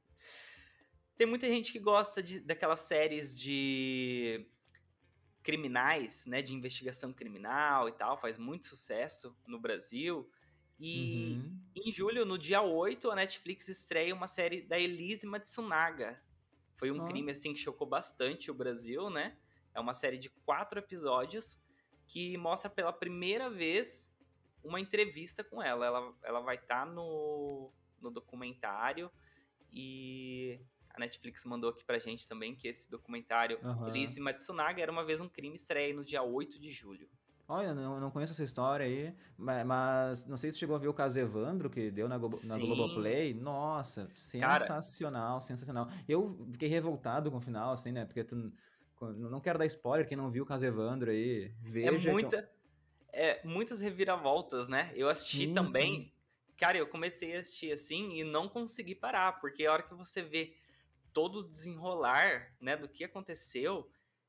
Tem muita gente que gosta de, daquelas séries de criminais, né, de investigação criminal e tal, faz muito sucesso no Brasil. E Uhum. em julho, no dia oito, a Netflix estreia uma série da Elise Matsunaga. Foi um Ó. crime, assim, que chocou bastante o Brasil, né? É uma série de quatro episódios que mostra pela primeira vez uma entrevista com ela. Ela, ela vai estar no, no documentário e a Netflix mandou aqui pra gente também que esse documentário Aham. Elise Matsunaga era uma vez um crime, estreia aí no dia oito de julho. Olha, eu não, não conheço essa história aí, ma- mas, não sei se chegou a ver o caso Evandro, que deu na, Globo, na Sim, Globoplay. Nossa, cara, sensacional, sensacional. Eu fiquei revoltado com o final, assim, né? Porque tu, n- co- não quero dar spoiler, quem não viu o caso Evandro aí, é veja que... eu- muita, é muitas reviravoltas, né? Eu assisti Sim, sim, também, cara, eu comecei a assistir assim e não consegui parar, porque a hora que você vê todo o desenrolar, né, do que aconteceu.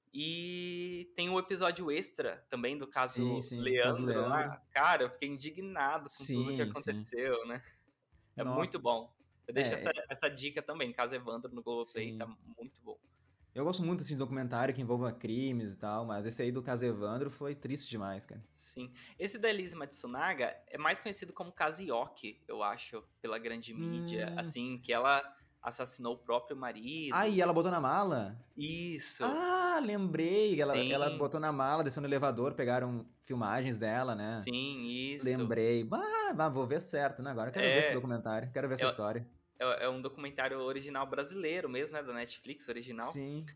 E tem um episódio extra também do sim, caso sim, caso Leandro lá. Leandro. Cara, eu fiquei indignado com tudo que Sim, sim. aconteceu, né? É Nossa, muito bom. Eu deixo é, essa, é, essa dica também, caso Evandro no Globoplay, tá sim. muito bom. Eu gosto muito, assim, de documentário que envolva crimes e tal, mas esse aí do caso Evandro foi triste demais, cara. Sim. Esse da Elise Matsunaga é mais conhecido como caso Yoki, eu acho, pela grande mídia. Hum... Assim, que ela assassinou o próprio Ah, e marido. ela botou na mala? Isso. Ah, lembrei. Ela, ela Sim, botou na mala, desceu no elevador, pegaram filmagens dela, né? sim, isso. Lembrei. Bah, bah, vou ver certo, né? Agora eu quero ver esse É, documentário, quero ver essa é, história. é é um documentário original brasileiro mesmo, né? Da Netflix original. Sim,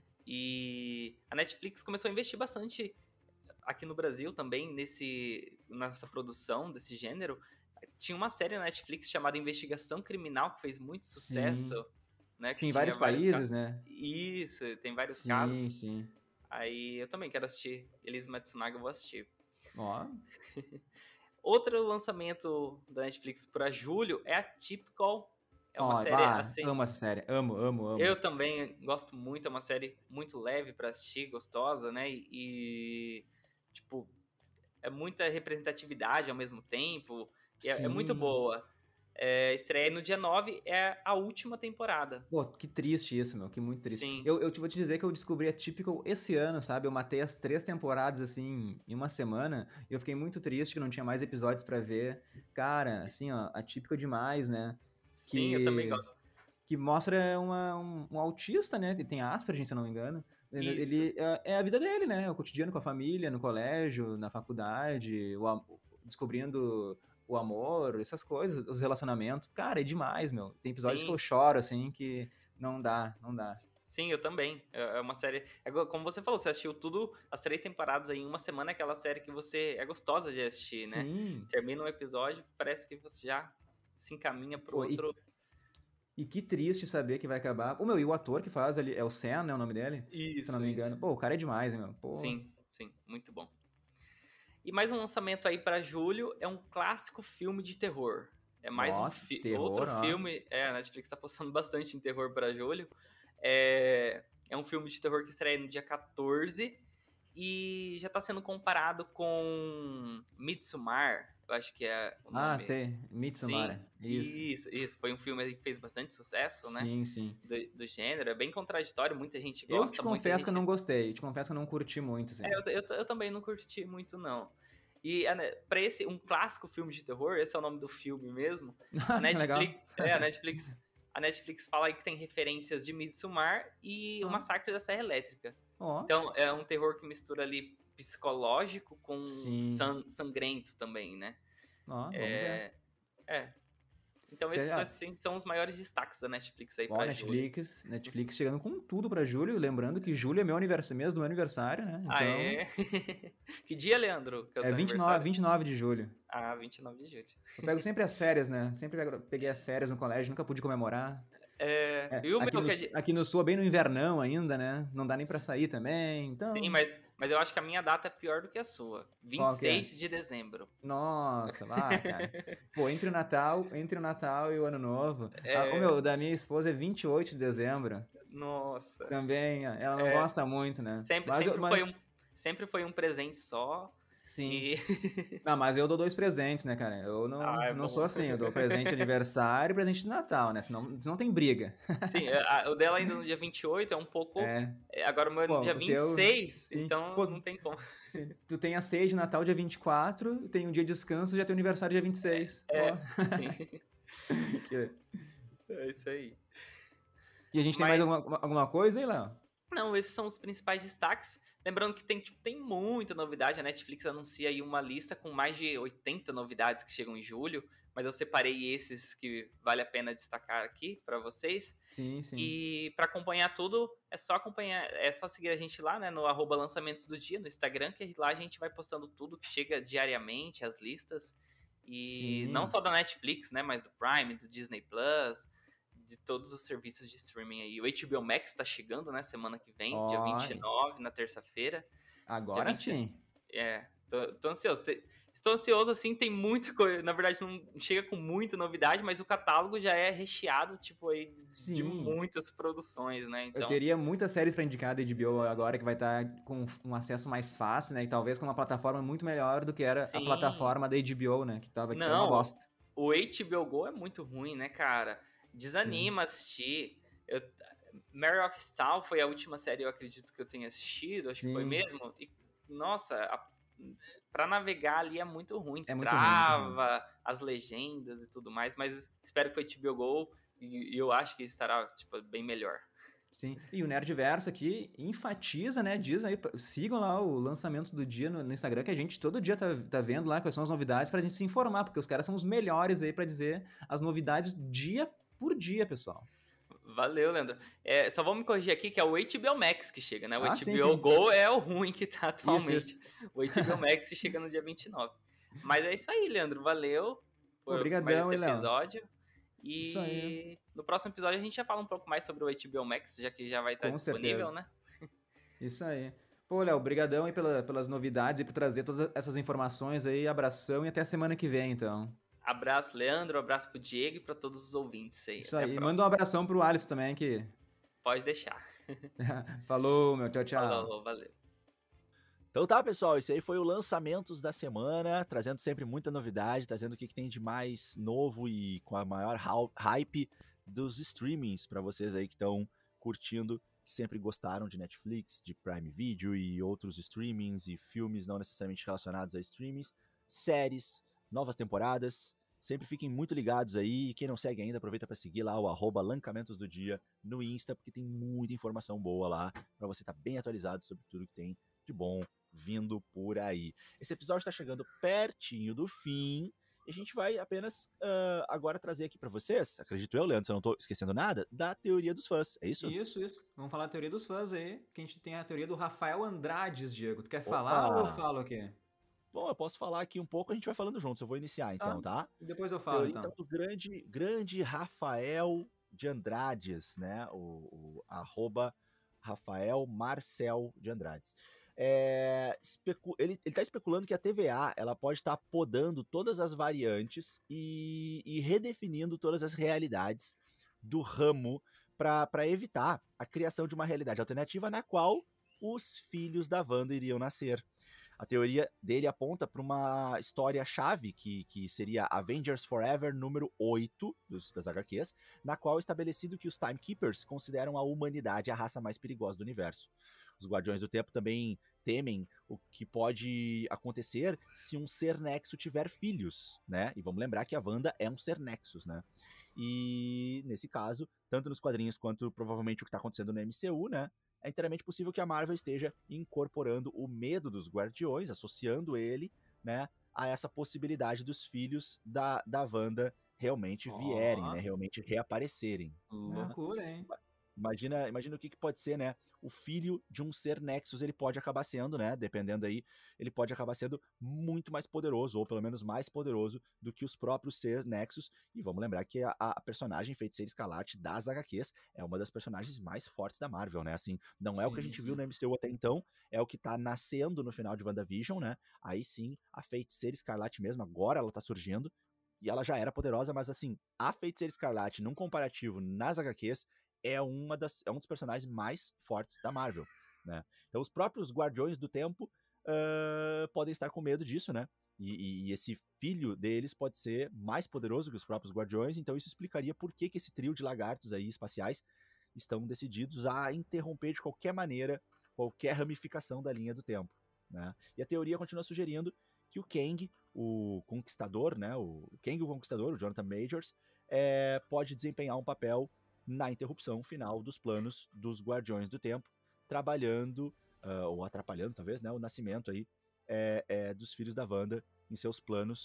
E a Netflix começou a investir bastante aqui no Brasil também nesse, nessa produção desse gênero. Tinha uma série na Netflix chamada Investigação Criminal que fez muito sucesso, sim. né? Que Tem tinha vários vários casos. países, né? Isso, tem vários Sim, casos. sim. Aí eu também quero assistir. Elise Matsunaga eu vou assistir. Ó, Outro lançamento da Netflix para julho é a Typical. É uma ó, série bah, assim. amo essa série. Amo, amo, amo. Eu também gosto muito, é uma série muito leve pra assistir, gostosa, né? E, e, tipo, é muita representatividade ao mesmo tempo. E é, é muito Sim. boa. É, estreia no dia nove, é a última temporada. Pô, que triste isso, meu, que muito triste. Sim, Eu, eu te vou te dizer que eu descobri a Typical esse ano, sabe? Eu matei as três temporadas, assim, em uma semana, e eu fiquei muito triste que não tinha mais episódios pra ver. Cara, assim, ó, a Typical demais, né? sim, eu também Que, gosto. que mostra uma, um, um autista, né? Que tem Asperger, se eu não me engano. Ele, Isso. ele- é, é a vida dele, né? É o cotidiano com a família, no colégio, na faculdade, o, am- descobrindo o amor, essas coisas, os relacionamentos. Cara, é demais, meu. Tem episódios que eu Sim, choro, assim, que não dá, não dá. sim, eu também. É é uma série. É go- como você falou, você assistiu tudo, as três temporadas aí em uma semana, é aquela série que você é gostosa de assistir, né? Sim. Termina um episódio, parece que você já se encaminha pro Pô, e, outro. e que triste saber que vai acabar. O meu, e o ator que faz ali, é o Sam, né, o nome dele? Se eu não Isso, me isso. engano. Pô, o cara é demais, hein, meu. Pô, Sim, sim, muito bom. E mais um lançamento aí pra julho é um clássico filme de terror. É mais um ó, fi terror, outro ó. filme. É, a Netflix tá postando bastante em terror pra julho. É, é um filme de terror que estreia no dia quatorze e já tá sendo comparado com Midsommar, eu acho que é o Ah, nome. sei, Sim, Midsommar. Isso. isso, isso. Foi um filme aí que fez bastante sucesso, né? Sim, sim. Do, do gênero. É bem contraditório, muita gente Eu te gosta, muita confesso que eu não gente. gostei. Te confesso que eu não curti muito, É, assim. eu, eu, eu também não curti muito, não. E a Ne- pra esse, um clássico filme de terror, esse é o nome do filme mesmo, a Ah, que legal. Netflix, é, a Netflix, a Netflix fala aí que tem referências de Midsommar e o Ó, Massacre da Serra Elétrica. ó. Então, é um terror que mistura ali psicológico com Sim. san- sangrento também, né? Ó, vamos ver. É, é. Então, Cê- esses ah, assim, são os maiores destaques da Netflix aí ó, pra julho. Netflix, Netflix chegando com tudo pra julho. Lembrando que julho é meu aniversário, mês do meu aniversário, né? Ah, Então, é? Que dia, Leandro, que é o é seu vinte e nove, aniversário? vinte e nove de julho. Ah, vinte e nove de julho. Eu pego sempre as férias, né? Sempre pego- peguei as férias no colégio, nunca pude comemorar. É, É, e o aqui meu, no, que é de... aqui no sul é bem no invernão ainda, né? Não dá nem pra sair também, Sim, então... mas, mas eu acho que a minha data é pior do que a sua. Qual que é? vinte e seis de dezembro. Nossa, lá, cara. Pô, entre o Natal, entre o Natal e o Ano Novo. Ah, o meu, É, o da minha esposa é vinte e oito de dezembro. nossa. Também, ah, ela não É, gosta muito, né? sempre, Mas, eu- sempre foi mas um, sempre foi um presente só. sim. E. Não, mas eu dou dois presentes, né, cara? Eu Ah, não, é não sou bom. assim. Eu dou presente de aniversário e presente de Natal, né? Senão, senão tem briga. Sim, a- o dela ainda no dia vinte e oito é um pouco. É. é, Agora o meu é no Pô, dia o vinte e teu. seis Sim. então Pô, não tem como. se tu tem a ceia de Natal dia vinte e quatro, tem um dia de descanso, já tem o aniversário dia vinte e seis. Ó. É, sim. Que- É isso aí. E a gente tem mais Mas, alguma, alguma coisa aí, Léo? não, esses são os principais destaques. Lembrando que tem, tipo, tem muita novidade. A Netflix anuncia aí uma lista com mais de oitenta novidades que chegam em julho. mas eu separei esses que vale a pena destacar aqui para vocês. Sim, sim. E para acompanhar tudo, é só acompanhar, é só seguir a gente lá, né, no arroba lançamentos do dia, no Instagram, que lá a gente vai postando tudo que chega diariamente, as listas. E Sim. não só da Netflix, né, mas do Prime, do Disney Plus, de todos os serviços de streaming aí. O H B O Max tá chegando, né, semana que vem, dia Oi. vinte e nove, na terça-feira. Agora vinte sim. É, tô, tô ansioso. Te- Estou ansioso, assim, tem muita coisa. Na verdade, não chega com muita novidade, mas o catálogo já é recheado, tipo, aí, de Sim. muitas produções, né? Eu Então, teria muitas séries pra indicar da H B O agora, que vai estar com um acesso mais fácil, né? E talvez com uma plataforma muito melhor do que era a sim. plataforma da H B O, né? Que tava que era uma Não, bosta. o H B O Go é muito ruim, né, cara? Desanima assistir. Eu, Mare of Easttown foi a última série, eu acredito, que eu tenha assistido, acho que foi Sim. mesmo. E, nossa, a, pra navegar ali é muito ruim. É muito ruim, muito Trava as legendas e tudo mais, mas espero que o H B O Go, e, e eu acho que estará, tipo, bem melhor. Sim, e o Nerdverso aqui enfatiza, né? Diz aí, sigam lá o lançamento do dia no, no Instagram, que a gente todo dia tá, tá vendo lá quais são as novidades pra gente se informar, porque os caras são os melhores aí pra dizer as novidades dia por dia, pessoal. Valeu, Leandro. É, só vamos me corrigir aqui que é o H B O Max que chega, né? O Ah, H B O sim, sim. Go é o ruim que tá Isso, atualmente. isso. O H B O Max chega no dia vinte e nove. Mas é isso aí, Leandro. Valeu por mais Obrigadão, esse hein, Léo? episódio. Isso aí. E no próximo episódio a gente já fala um pouco mais sobre o H B O Max, já que já vai estar Com disponível, certeza. né? Isso aí. Pô, Léo, brigadão aí pela, pelas novidades e por trazer todas essas informações aí. Abração e até a semana que vem, então. Abraço, Leandro. Abraço pro Diego e pra todos os ouvintes aí. Isso Até a aí. próxima. Manda um abração pro Alisson também, que... Pode deixar. Falou, meu. Tchau, tchau. Falou, valeu. Então tá, pessoal, esse aí foi o Lançamentos da Semana, trazendo sempre muita novidade, trazendo o que, que tem de mais novo e com a maior hau- hype dos streamings para vocês aí que estão curtindo, que sempre gostaram de Netflix, de Prime Video e outros streamings e filmes não necessariamente relacionados a streamings, séries, novas temporadas. Sempre fiquem muito ligados aí. Quem não segue ainda, aproveita para seguir lá o arroba Lancamentos do Dia no Insta, porque tem muita informação boa lá para você estar bem atualizado sobre tudo que tem de bom vindo por aí. Esse episódio está chegando pertinho do fim e a gente vai apenas uh, agora trazer aqui para vocês, acredito eu, Leandro, se eu não estou esquecendo nada, da teoria dos fãs, é isso? Isso, isso. Vamos falar da teoria dos fãs aí, que a gente tem a teoria do Rafael Andrades, Diego. Tu quer Opa! falar ou eu falo aqui? Bom, eu posso falar aqui um pouco, a gente vai falando juntos, eu vou iniciar então, tá? E depois eu falo, Teoria então. então, do grande, grande Rafael de Andrades, né? O, o arroba Rafael Marcel de Andrades. É, especu ele está especulando que a T V A ela pode estar tá podando todas as variantes e, e redefinindo todas as realidades do ramo para evitar a criação de uma realidade alternativa na qual os filhos da Wanda iriam nascer. A teoria dele aponta para uma história-chave que, que seria Avengers Forever número oito dos, das H Qs, na qual é estabelecido que os Timekeepers consideram a humanidade a raça mais perigosa do universo. Os Guardiões do Tempo também temem o que pode acontecer se um ser Nexo tiver filhos, né? E vamos lembrar que a Wanda é um ser Nexus, né? E nesse caso, tanto nos quadrinhos quanto provavelmente o que está acontecendo no M C U, né? É inteiramente possível que a Marvel esteja incorporando o medo dos Guardiões, associando ele, né, a essa possibilidade dos filhos da, da Wanda realmente vierem, Ó. né, realmente reaparecerem. Né? Loucura, hein? Imagina, imagina o que, que pode ser, né? O filho de um ser Nexus, ele pode acabar sendo, né? Dependendo aí, ele pode acabar sendo muito mais poderoso, ou pelo menos mais poderoso do que os próprios seres Nexus. E vamos lembrar que a, a personagem Feiticeira Escarlate das H Qs é uma das personagens mais fortes da Marvel, né? Assim, não é Sim, o que a gente sim. viu no M C U até então, é o que tá nascendo no final de WandaVision, né? Aí sim, a Feiticeira Escarlate mesmo, agora ela tá surgindo, e ela já era poderosa, mas assim, a Feiticeira Escarlate, num comparativo nas H Qs, é, uma das, é um dos personagens mais fortes da Marvel, né? Então os próprios Guardiões do Tempo uh, podem estar com medo disso, né? E, e esse filho deles pode ser mais poderoso que os próprios Guardiões, então isso explicaria por que, que esse trio de lagartos aí espaciais estão decididos a interromper de qualquer maneira qualquer ramificação da linha do tempo, né? E a teoria continua sugerindo que o Kang, o Conquistador, né? O Kang, o Conquistador, o Jonathan Majors, é, pode desempenhar um papel na interrupção final dos planos dos Guardiões do Tempo, trabalhando, uh, ou atrapalhando talvez, né, o nascimento aí, é, é, dos filhos da Wanda em seus planos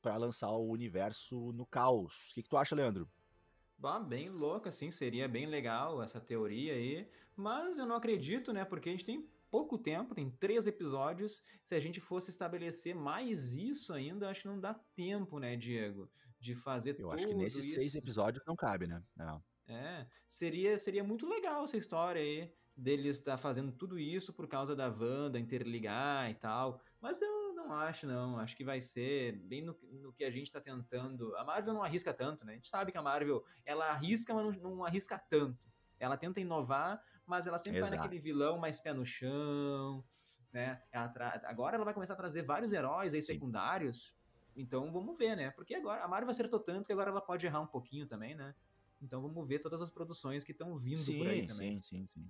pra lançar o universo no caos. O que, que tu acha, Leandro? Bah, bem louco, assim, seria bem legal essa teoria aí, mas eu não acredito, né, porque a gente tem pouco tempo, tem três episódios, se a gente fosse estabelecer mais isso ainda, acho que não dá tempo, né, Diego, de fazer Eu acho que tudo nesses seis isso. episódios não cabe, né? É. É, seria, seria muito legal essa história aí, deles estar fazendo tudo isso por causa da Wanda interligar e tal, mas eu não acho, não, acho que vai ser bem no, no que a gente tá tentando. A Marvel não arrisca tanto, né? A gente sabe que a Marvel, ela arrisca, mas não, não arrisca tanto. Ela tenta inovar, mas ela sempre vai Exato. naquele vilão mais pé no chão, né? Ela tra- Agora ela vai começar a trazer vários heróis aí Sim. secundários, então vamos ver, né? Porque agora a Marvel acertou tanto que agora ela pode errar um pouquinho também, né? Então vamos ver todas as produções que estão vindo por aí Sim, também, sim, sim, sim.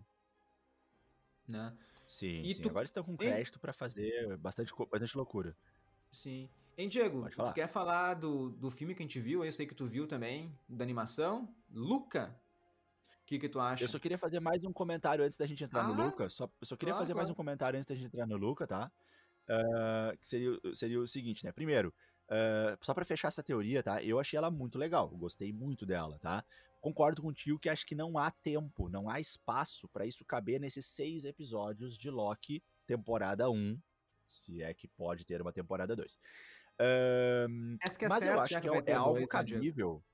né? Sim, E sim. tu, Agora estão com hein? crédito pra fazer bastante, co- bastante loucura. Sim. Hein, Diego, Pode tu falar. quer falar do, do filme que a gente viu? Eu sei que tu viu também, da animação. Luca? O que que tu Eu acha? só queria fazer mais um comentário antes da gente entrar no Ah, Luca. Só, eu só queria claro, fazer mais um claro. comentário antes da gente entrar no Luca, tá? Ah, que seria, o- seria o seguinte, né? Primeiro, ah, só pra fechar essa teoria, tá? Eu achei ela muito legal, eu gostei muito dela, tá? Concordo contigo que acho que não há tempo, não há espaço pra isso caber nesses seis episódios de Loki, temporada um, se é que pode ter uma temporada dois. Ahn, Essa que é mas eu certo, acho já que que é, vai é ter algo dois, né, Diego? cabível.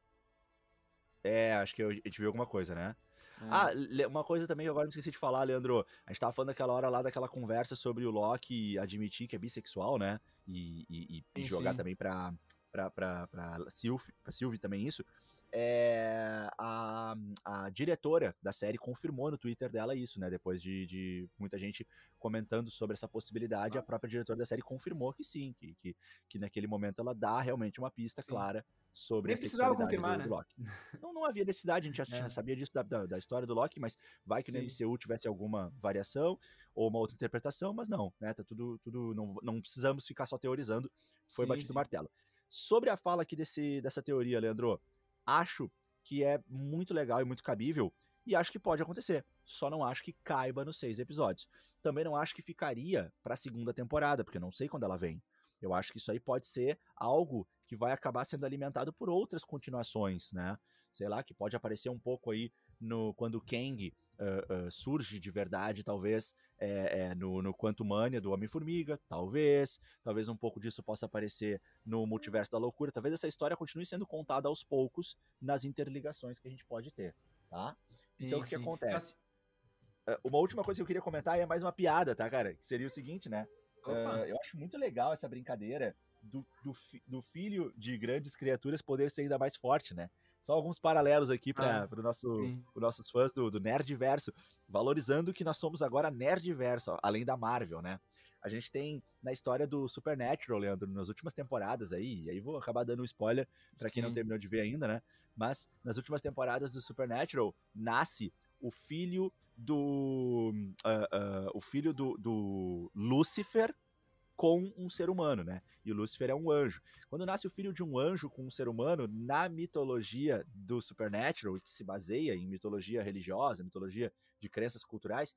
É, acho que eu- a gente viu alguma coisa, né? É. Ah, le- uma coisa também que agora eu me esqueci de falar, Leandro. A gente tava falando daquela hora lá daquela conversa sobre o Loki admitir que é bissexual, né? E, e- e- e Sim, jogar sim. também pra, pra, pra, pra, Sylvie, pra Sylvie também isso. É, a, a diretora da série confirmou no Twitter dela isso, né? Depois de, de muita gente comentando sobre essa possibilidade, a Ah, própria diretora da série confirmou que sim, que, que, que naquele momento ela dá realmente uma pista sim. clara sobre a Nem precisava sexualidade confirmar, do, do né? Loki. Não, não havia necessidade, a gente já, já É, sabia disso da, da, da história do Loki, mas vai que no sim, M C U tivesse alguma variação ou uma outra interpretação, mas não, né? Tá tudo, tudo não, não precisamos ficar só teorizando, foi sim, batido o sim. martelo. Sobre a fala aqui desse, dessa teoria, Leandro, acho que é muito legal e muito cabível, e acho que pode acontecer. Só não acho que caiba nos seis episódios. Também não acho que ficaria pra segunda temporada, porque eu não sei quando ela vem. Eu acho que isso aí pode ser algo que vai acabar sendo alimentado por outras continuações, né? Sei lá, que pode aparecer um pouco aí no quando o Kang uh, uh, surge de verdade, talvez é, é, no, no Quantumania do Homem-Formiga, talvez. Talvez um pouco disso possa aparecer no Multiverso da Loucura. Talvez essa história continue sendo contada aos poucos nas interligações que a gente pode ter, tá? Então, o Sim, que, que sim. acontece? Mas, Uh, uma última coisa que eu queria comentar é mais uma piada, tá, cara? Que seria o seguinte, né? Uh, opa, eu acho muito legal essa brincadeira do, do, fi- do filho de grandes criaturas poder ser ainda mais forte, né? Só alguns paralelos aqui ah, para nosso, sim, os nossos fãs do, do Nerdverso, valorizando que nós somos agora Nerdverso, ó, além da Marvel, né? A gente tem na história do Supernatural, Leandro, nas últimas temporadas aí, e aí vou acabar dando um spoiler para quem não sim. terminou de ver ainda, né? Mas nas últimas temporadas do Supernatural nasce o filho do. Uh, uh, o filho do, do Lúcifer com um ser humano, né? E o Lúcifer é um anjo. Quando nasce o filho de um anjo com um ser humano, na mitologia do Supernatural, e que se baseia em mitologia religiosa, mitologia de crenças culturais,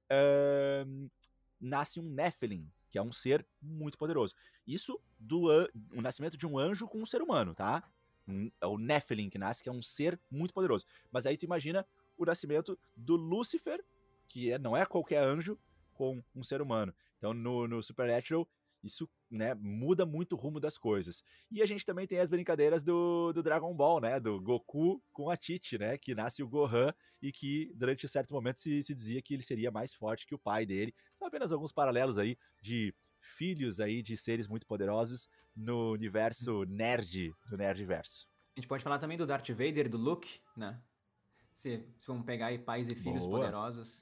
uh, nasce um Nephilim, que é um ser muito poderoso. Isso do o nascimento de um anjo com um ser humano, tá? É o Nephilim que nasce, que é um ser muito poderoso. Mas aí tu imagina o nascimento do Lúcifer, que é, não é qualquer anjo, com um ser humano. Então, no, no Supernatural, isso, né, muda muito o rumo das coisas. E a gente também tem as brincadeiras do, do Dragon Ball, né, do Goku com a Tite, né, que nasce o Gohan e que, durante um certo momento, se, se dizia que ele seria mais forte que o pai dele. São apenas alguns paralelos aí de filhos aí de seres muito poderosos no universo nerd do Nerdverso. A gente pode falar também do Darth Vader e do Luke, né? Se, se vamos pegar aí pais e filhos Boa. poderosos.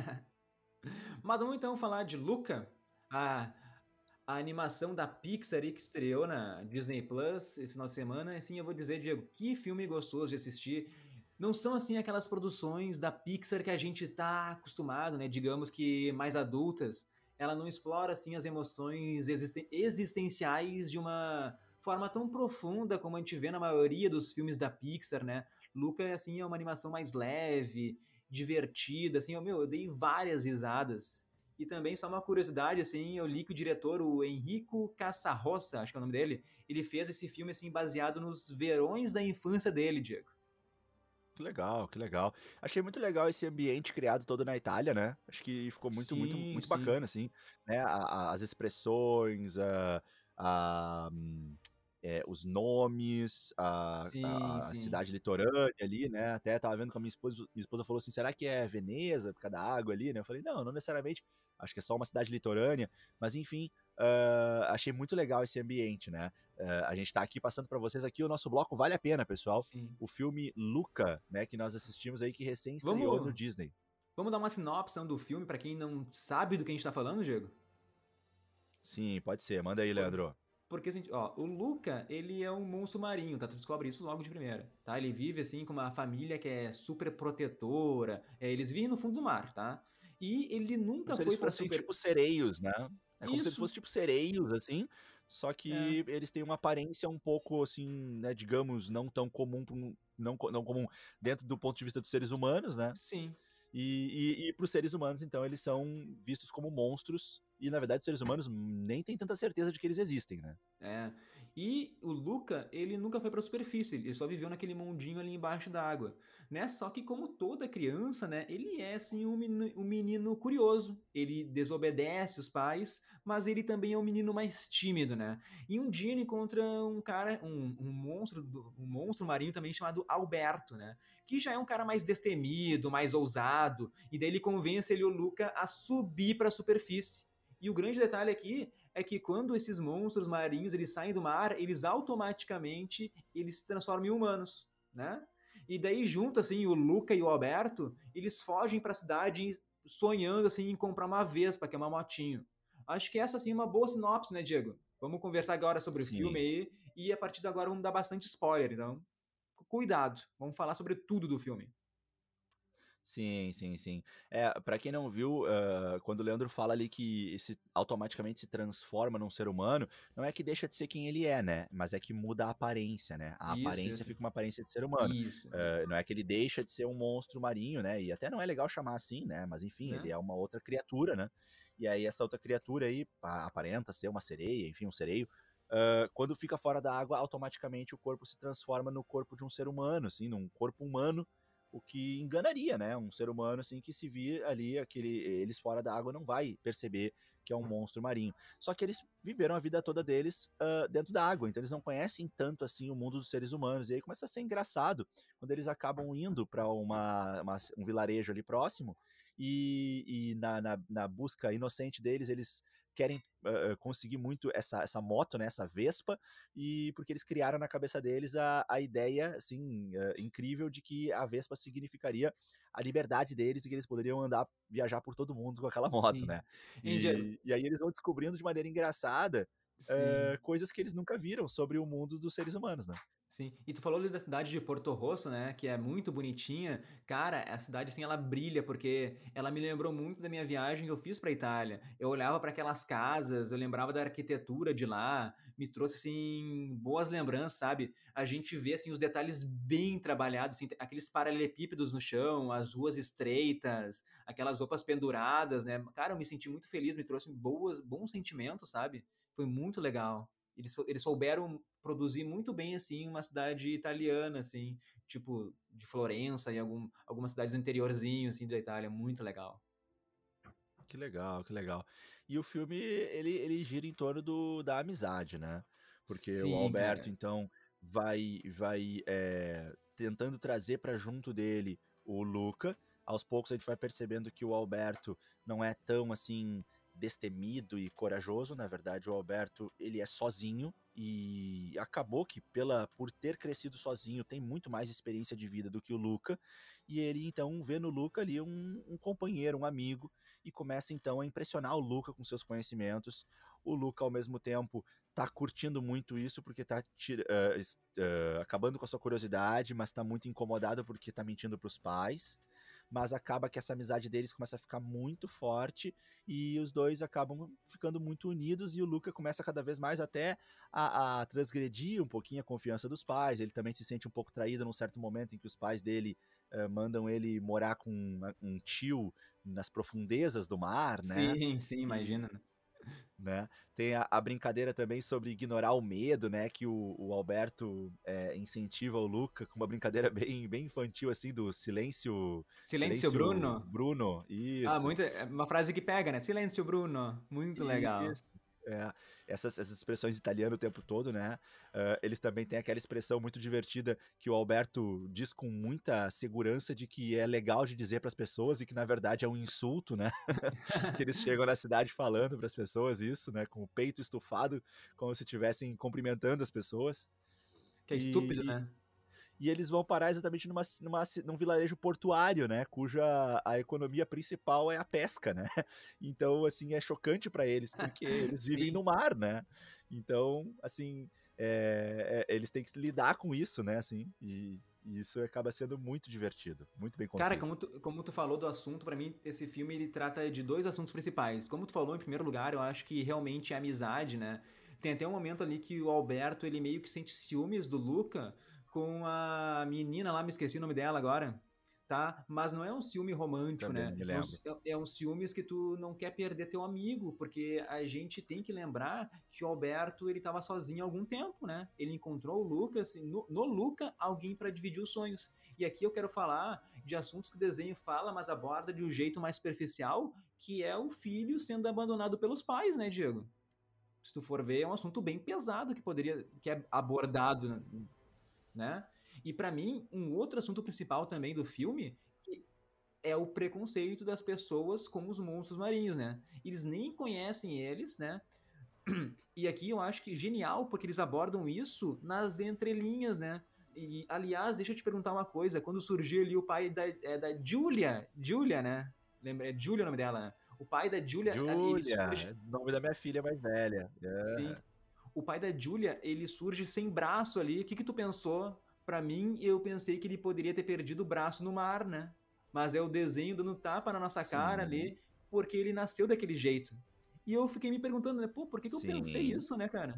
Mas vamos então falar de Luca, a, a animação da Pixar aí que estreou na Disney Plus esse final de semana. Assim, eu vou dizer, Diego, que filme gostoso de assistir. Não são assim aquelas produções da Pixar que a gente tá acostumado, né? Digamos que mais adultas. Ela não explora assim as emoções existen- existenciais de uma forma tão profunda como a gente vê na maioria dos filmes da Pixar, né? Luca assim é uma animação mais leve, divertida, assim, eu, meu, eu dei várias risadas. E também, só uma curiosidade, assim, eu li que o diretor, o Enrico Caçarroça, acho que é o nome dele, ele fez esse filme, assim, baseado nos verões da infância dele, Diego. Que legal, que legal. Achei muito legal esse ambiente criado todo na Itália, né? Acho que ficou muito, muito, Sim, muito sim. bacana, assim, né? A- a- as expressões, a, a, hum, é, os nomes, a, Sim, a, a sim. cidade litorânea ali, né? Até tava vendo com a minha esposa, minha esposa falou assim, será que é Veneza por causa da água ali, né? Eu falei, não, não necessariamente, acho que é só uma cidade litorânea, mas enfim, ah, achei muito legal esse ambiente, né? Ah, a gente tá aqui passando para vocês aqui o nosso bloco Vale a Pena, pessoal, Sim. o filme Luca, né, que nós assistimos aí, que recém estreou no Vamos, Disney. vamos dar uma sinopse do filme pra quem não sabe do que a gente tá falando, Diego? Sim, pode ser. Manda aí, Por- Leandro. Porque, assim, ó, o Luca, ele é um monstro marinho, tá? Tu descobre isso logo de primeira, tá? Ele vive, assim, com uma família que é super protetora, é, eles vivem no fundo do mar, tá? E ele Como nunca se eles foi pra fossem super... tipo sereios, né? É como se eles Isso, fossem tipo sereios, assim, só é, que eles têm uma aparência um pouco, assim, né, digamos, não tão comum, pra um- não, co- não comum dentro do ponto de vista dos seres humanos, né? sim. E, e, e para os seres humanos, então, eles são vistos como monstros, e na verdade os seres humanos nem têm tanta certeza de que eles existem, né? É. E o Luca, ele nunca foi pra superfície, ele só viveu naquele mundinho ali embaixo da água, né? Só que como toda criança, né, ele é assim um menino, um menino curioso. Ele desobedece os pais, mas ele também é um menino mais tímido, né? E um dia ele encontra um cara, um, um monstro, do- um monstro marinho também chamado Alberto, né? Que já é um cara mais destemido, mais ousado, e daí ele convence ele, o Luca, a subir pra superfície. E o grande detalhe aqui é que quando esses monstros marinhos eles saem do mar, eles automaticamente eles se transformam em humanos, né? E daí junto assim, o Luca e o Alberto, eles fogem para a cidade sonhando assim em comprar uma Vespa, que é uma motinho. Acho que essa assim é uma boa sinopse, né, Diego? Vamos conversar agora sobre o filme Sim. aí e a partir de agora vamos dar bastante spoiler, então cuidado, vamos falar sobre tudo do filme. Sim, sim, sim. É, pra quem não viu, ah, quando o Leandro fala ali que esse automaticamente se transforma num ser humano, não é que deixa de ser quem ele é, né? Mas é que muda a aparência, né? A Isso, aparência isso. fica uma aparência de ser humano. Isso, Ah, não é que ele deixa de ser um monstro marinho, né? E até não é legal chamar assim, né? Mas enfim, ele né? é uma outra criatura, né? E aí essa outra criatura aí a- aparenta ser uma sereia, enfim, um sereio. Ah, quando fica fora da água, automaticamente o corpo se transforma no corpo de um ser humano, assim, num corpo humano, o que enganaria, né? Um ser humano assim que se vir ali aquele eles fora da água não vai perceber que é um monstro marinho. Só que eles viveram a vida toda deles ah, dentro da água, então eles não conhecem tanto assim o mundo dos seres humanos. E aí começa a ser engraçado quando eles acabam indo para uma, uma- um vilarejo ali próximo e, e na, na, na busca inocente deles eles querem ah, conseguir muito essa, essa moto, né, essa Vespa, e porque eles criaram na cabeça deles a, a ideia, assim, eh, incrível de que a Vespa significaria a liberdade deles e que eles poderiam andar, viajar por todo mundo com aquela moto, Sim. né? Hein, Diego? E, e aí eles vão descobrindo de maneira engraçada Sim. eh, coisas que eles nunca viram sobre o mundo dos seres humanos, né? Sim. E tu falou ali da cidade de Porto Rosso, né? Que é muito bonitinha. Cara, a cidade, assim, ela brilha, porque ela me lembrou muito da minha viagem que eu fiz pra Itália. Eu olhava para aquelas casas, eu lembrava da arquitetura de lá, me trouxe, assim, boas lembranças, sabe? A gente vê, assim, os detalhes bem trabalhados, assim, aqueles paralelepípedos no chão, as ruas estreitas, aquelas roupas penduradas, né? Cara, eu me senti muito feliz, me trouxe boas, bons sentimentos, sabe? Foi muito legal. Eles, sou- eles souberam produzir muito bem, assim, uma cidade italiana, assim, tipo, de Florença e algum, algumas cidades do interiorzinho, assim, da Itália. Muito legal. Que legal, que legal. E o filme, ele, ele gira em torno do, da amizade, né? Porque o Sim, Alberto, cara. então, vai, vai é, tentando trazer para junto dele o Luca. Aos poucos a gente vai percebendo que o Alberto não é tão, assim, destemido e corajoso. Na verdade, o Alberto, ele é sozinho e acabou que, pela, por ter crescido sozinho, tem muito mais experiência de vida do que o Luca. E ele, então, vê no Luca ali um, um companheiro, um amigo, e começa então a impressionar o Luca com seus conhecimentos. O Luca, ao mesmo tempo, tá curtindo muito isso porque tá tira- eh, es- eh, acabando com a sua curiosidade, mas tá muito incomodado porque tá mentindo pros pais. Mas acaba que essa amizade deles começa a ficar muito forte e os dois acabam ficando muito unidos e o Luca começa cada vez mais até a, a transgredir um pouquinho a confiança dos pais. Ele também se sente um pouco traído num certo momento em que os pais dele eh, mandam ele morar com um, um tio nas profundezas do mar, né? Sim, sim, E, imagina, né? né? Tem a, a brincadeira também sobre ignorar o medo, né? Que o, o Alberto é, incentiva o Luca com uma brincadeira bem, bem infantil, assim, do silêncio, Silêncio, silêncio Bruno. Bruno. Ah, Isso. muito, é uma frase que pega, né? Silêncio, Bruno. Muito legal. Isso. É, essas, essas expressões italianas o tempo todo, né? Ah, eles também têm aquela expressão muito divertida que o Alberto diz com muita segurança de que é legal de dizer para as pessoas e que na verdade é um insulto, né? Que eles chegam na cidade falando para as pessoas isso, né? Com o peito estufado, como se estivessem cumprimentando as pessoas. Que é estúpido, E, né? e eles vão parar exatamente numa, numa, num vilarejo portuário, né? Cuja a economia principal é a pesca, né? Então, assim, é chocante para eles, porque eles vivem Sim. no mar, né? Então, assim, é, é, eles têm que lidar com isso, né? Assim, e, e isso acaba sendo muito divertido, muito bem Cara, conduzido. como tu, como tu falou do assunto, pra mim, esse filme ele trata de dois assuntos principais. Como tu falou, em primeiro lugar, eu acho que realmente é amizade, né? Tem até um momento ali que o Alberto, ele meio que sente ciúmes do Luca com a menina lá, me esqueci o nome dela agora, tá? Mas não é um ciúme romântico, Também não né? me É um, lembro. é um ciúmes que tu não quer perder teu amigo, porque a gente tem que lembrar que o Alberto, ele tava sozinho há algum tempo, né? Ele encontrou o Lucas, no, no Luca, alguém pra dividir os sonhos. E aqui eu quero falar de assuntos que o desenho fala, mas aborda de um jeito mais superficial, que é o filho sendo abandonado pelos pais, né, Diego? Se tu for ver, é um assunto bem pesado que poderia, que é abordado, né? E pra mim, um outro assunto principal também do filme que é o preconceito das pessoas com os monstros marinhos, né? Eles nem conhecem eles, né? E aqui eu acho que genial, porque eles abordam isso nas entrelinhas, né? E, aliás, deixa eu te perguntar uma coisa. Quando surgiu ali o pai da, é, da Julia, Julia, né? Lembra? É Julia o nome dela, né? O pai da Julia, ele Júlia, surge... é o nome da minha filha mais velha. Sim. É. O pai da Julia, ele surge sem braço ali. O que que tu pensou? Pra mim, eu pensei que ele poderia ter perdido o braço no mar, né? Mas é o desenho dando tapa na nossa cara Sim, ali, porque ele nasceu daquele jeito. E eu fiquei me perguntando, né? Pô, por que que eu pensei sim. isso, né, cara?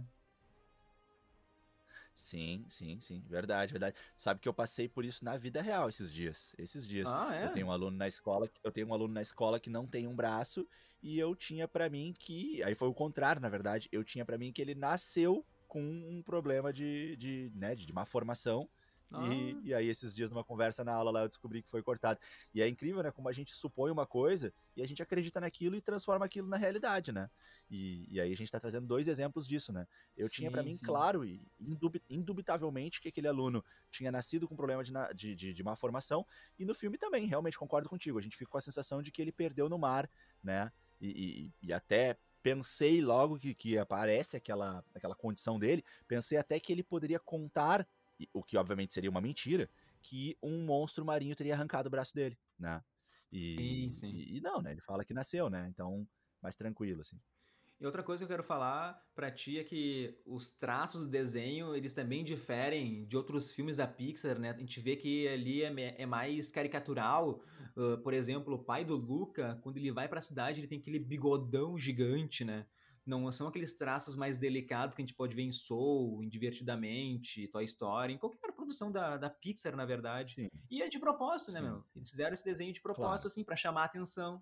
Sim, sim, sim. Verdade, verdade. Sabe que eu passei por isso na vida real esses dias. Esses dias. Ah, Eu é? tenho um aluno na escola, eu tenho um aluno na escola que não tem um braço e eu tinha pra mim que, aí foi o contrário, na verdade, eu tinha pra mim que ele nasceu com um problema de, de, né, de, de má formação. E, Ah, e aí, esses dias, numa conversa na aula lá, eu descobri que foi cortado. E é incrível, né? Como a gente supõe uma coisa e a gente acredita naquilo e transforma aquilo na realidade, né? E, e aí a gente tá trazendo dois exemplos disso, né? Eu tinha pra sim, mim sim. claro e indubi- indubitavelmente que aquele aluno tinha nascido com problema de, na- de, de, de má formação, e no filme também, realmente concordo contigo. A gente fica com a sensação de que ele perdeu no mar, né? E, e- e até pensei logo que, que aparece aquela, aquela condição dele, pensei até que ele poderia contar, e- o que obviamente seria uma mentira, que um monstro marinho teria arrancado o braço dele, né? Sim, E, sim. e, e não, né? Ele fala que nasceu, né? Então, mais tranquilo, assim. E outra coisa que eu quero falar pra ti é que os traços do desenho, eles também diferem de outros filmes da Pixar, né? A gente vê que ali é, me- é mais caricatural. Ah, por exemplo, o pai do Luca, quando ele vai pra cidade, ele tem aquele bigodão gigante, né? Não são aqueles traços mais delicados que a gente pode ver em Soul, em Divertidamente, Toy Story, em qualquer produção da, da Pixar, na verdade. Sim, E é de propósito, né, sim, meu? Eles fizeram esse desenho de propósito, claro. assim, pra chamar a atenção.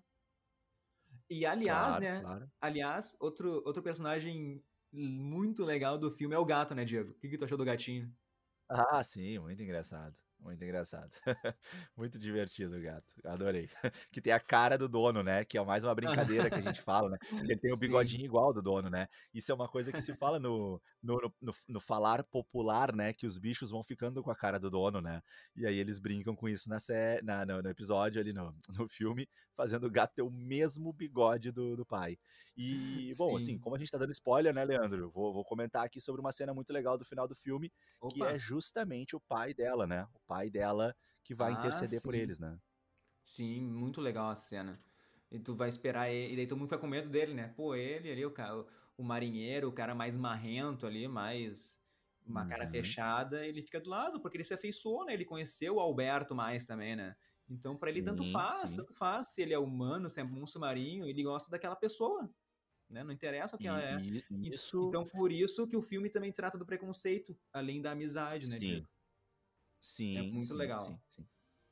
E aliás, Claro, né? claro. Aliás, outro, outro personagem muito legal do filme é o gato, né, Diego? O que, que tu achou do gatinho? Ah, sim, muito engraçado. Muito engraçado. Muito divertido o gato. Adorei. Que tem a cara do dono, né? Que é mais uma brincadeira que a gente fala, né? Que ele tem o Sim, bigodinho igual do dono, né? Isso é uma coisa que se fala no, no, no, no- no falar popular, né? Que os bichos vão ficando com a cara do dono, né? E aí eles brincam com isso na, sé- na, no, no episódio ali no, no filme, fazendo o gato ter o mesmo bigode do, do pai. E, bom, assim, sim. como a gente tá dando spoiler, né, Leandro? Vou, vou comentar aqui sobre uma cena muito legal do final do filme, que Opa! é justamente o pai dela, né? O pai dela que vai Ah, interceder por sim. eles, né? Sim, muito legal a cena. E tu vai esperar ele, e daí todo mundo fica com medo dele, né? Pô, ele ali, o, ca- o, o marinheiro, o cara mais marrento ali, mais uma cara Uhum. fechada, ele fica do lado, porque ele se afeiçoou, né? Ele conheceu o Alberto mais também, né? Então, pra ele, tanto Sim, faz, sim. tanto faz se ele é humano, se é monstro marinho, ele gosta daquela pessoa, né? Não interessa o que ela é. E, e E- isso, então, por isso que o filme também trata do preconceito, além da amizade, né, sim, Diego? É sim, muito sim, sim, legal. sim.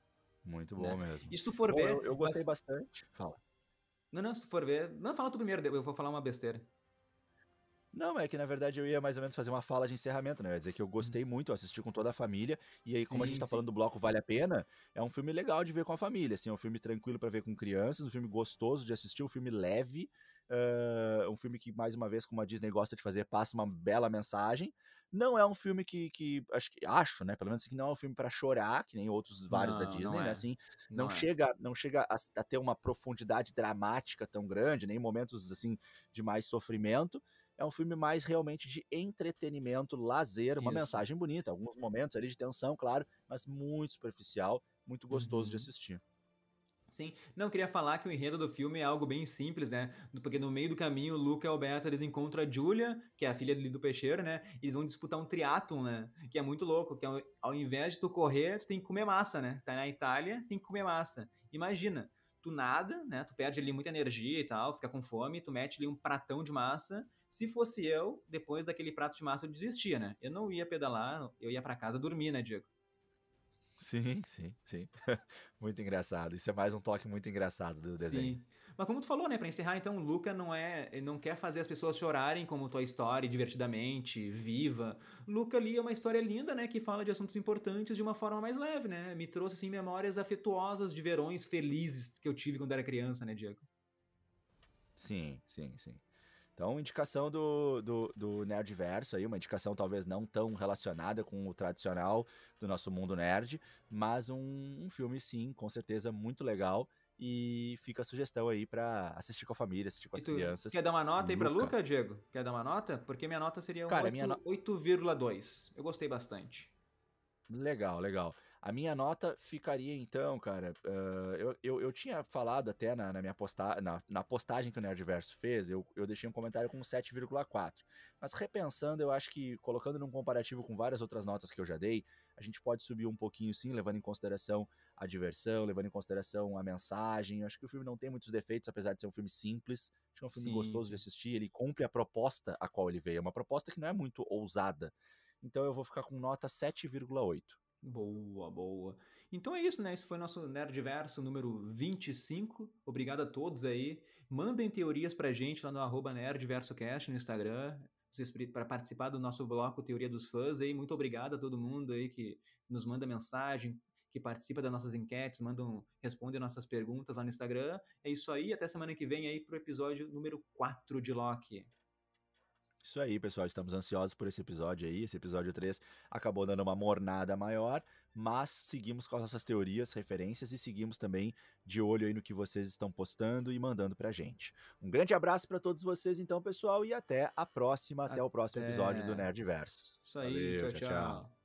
Muito né? bom mesmo. E se tu for Bom, ver... eu, eu gostei mas- bastante. Fala. Não, não, se tu for ver... Não, fala tu primeiro, eu vou falar uma besteira. Não, é que na verdade eu ia mais ou menos fazer uma fala de encerramento, né? Eu ia dizer que eu gostei muito, eu assisti com toda a família. E aí, como a gente Sim, tá sim. falando do bloco Vale a Pena, é um filme legal de ver com a família. Assim, é um filme tranquilo pra ver com crianças, um filme gostoso de assistir, um filme leve. ah, um filme que, mais uma vez, como a Disney gosta de fazer, passa uma bela mensagem. Não é um filme que, que acho que acho, né? Pelo menos que não é um filme pra chorar, que nem outros vários da Não, não Disney, né? é. Assim, não Não é. chega, não chega a, a ter uma profundidade dramática tão grande, nem momentos assim de mais sofrimento. É um filme mais realmente de entretenimento, lazer, uma Isso. mensagem bonita, alguns momentos ali de tensão, claro, mas muito superficial, muito gostoso de Uhum. assistir. Sim. Não, eu queria falar que o enredo do filme é algo bem simples, né? Porque no meio do caminho, o Luca e o Alberto, eles encontram a Julia, que é a filha do peixeiro, né? E eles vão disputar um triatlon, né? Que é muito louco, que ao, ao invés de tu correr, tu tem que comer massa, né? Tá na Itália, tem que comer massa. Imagina, tu nada, né? Tu perde ali muita energia e tal, fica com fome, tu mete ali um pratão de massa. Se fosse eu, depois daquele prato de massa eu desistia, né? Eu não ia pedalar, eu ia pra casa dormir, né, Diego? Sim, sim, sim. Muito engraçado. Isso é mais um toque muito engraçado do desenho. Sim. Mas como tu falou, né, pra encerrar, então, o Luca não é, ele não quer fazer as pessoas chorarem como Toy Story, divertidamente, viva. Luca ali é uma história linda, né, que fala de assuntos importantes de uma forma mais leve, né? Me trouxe, assim, memórias afetuosas de verões felizes que eu tive quando era criança, né, Diego? Sim, sim, sim. Então, indicação do, do, do Nerdverso aí, uma indicação talvez não tão relacionada com o tradicional do nosso mundo nerd, mas um, um filme, sim, com certeza muito legal. E fica a sugestão aí pra assistir com a família, assistir com E as tu crianças. quer dar uma nota aí pra Luca. Luca, Diego? Quer dar uma nota? Porque minha nota seria um Cara, a minha nota. oito vírgula dois. Eu gostei bastante. Legal, legal. A minha nota ficaria então, cara. ah, eu, eu, eu tinha falado até na, na minha posta, na, na postagem que o Nerdverso fez, eu, eu deixei um comentário com sete vírgula quatro. Mas repensando, eu acho que colocando num comparativo com várias outras notas que eu já dei, a gente pode subir um pouquinho sim, levando em consideração a diversão, levando em consideração a mensagem. Eu acho que o filme não tem muitos defeitos, apesar de ser um filme simples. Acho que é um filme Sim, gostoso de sim. assistir. Ele cumpre a proposta a qual ele veio. É uma proposta que não é muito ousada. Então eu vou ficar com nota sete vírgula oito. Boa, boa. Então é isso, né? Esse foi nosso Nerdverso número vinte e cinco. Obrigado a todos aí. Mandem teorias pra gente lá no arroba NerdversoCast no Instagram. Para participar do nosso bloco Teoria dos Fãs aí. Muito obrigado a todo mundo aí que nos manda mensagem, que participa das nossas enquetes, mandam, respondem nossas perguntas lá no Instagram. É isso aí. Até semana que vem aí pro episódio número quatro de Loki. Isso aí, pessoal. Estamos ansiosos por esse episódio aí. Esse episódio três acabou dando uma mornada maior, mas seguimos com as nossas teorias, referências e seguimos também de olho aí no que vocês estão postando e mandando pra gente. Um grande abraço para todos vocês, então, pessoal, e até a próxima, até o próximo episódio do Até. Nerdverso. Isso aí. Valeu, Tchau, tchau, tchau. tchau.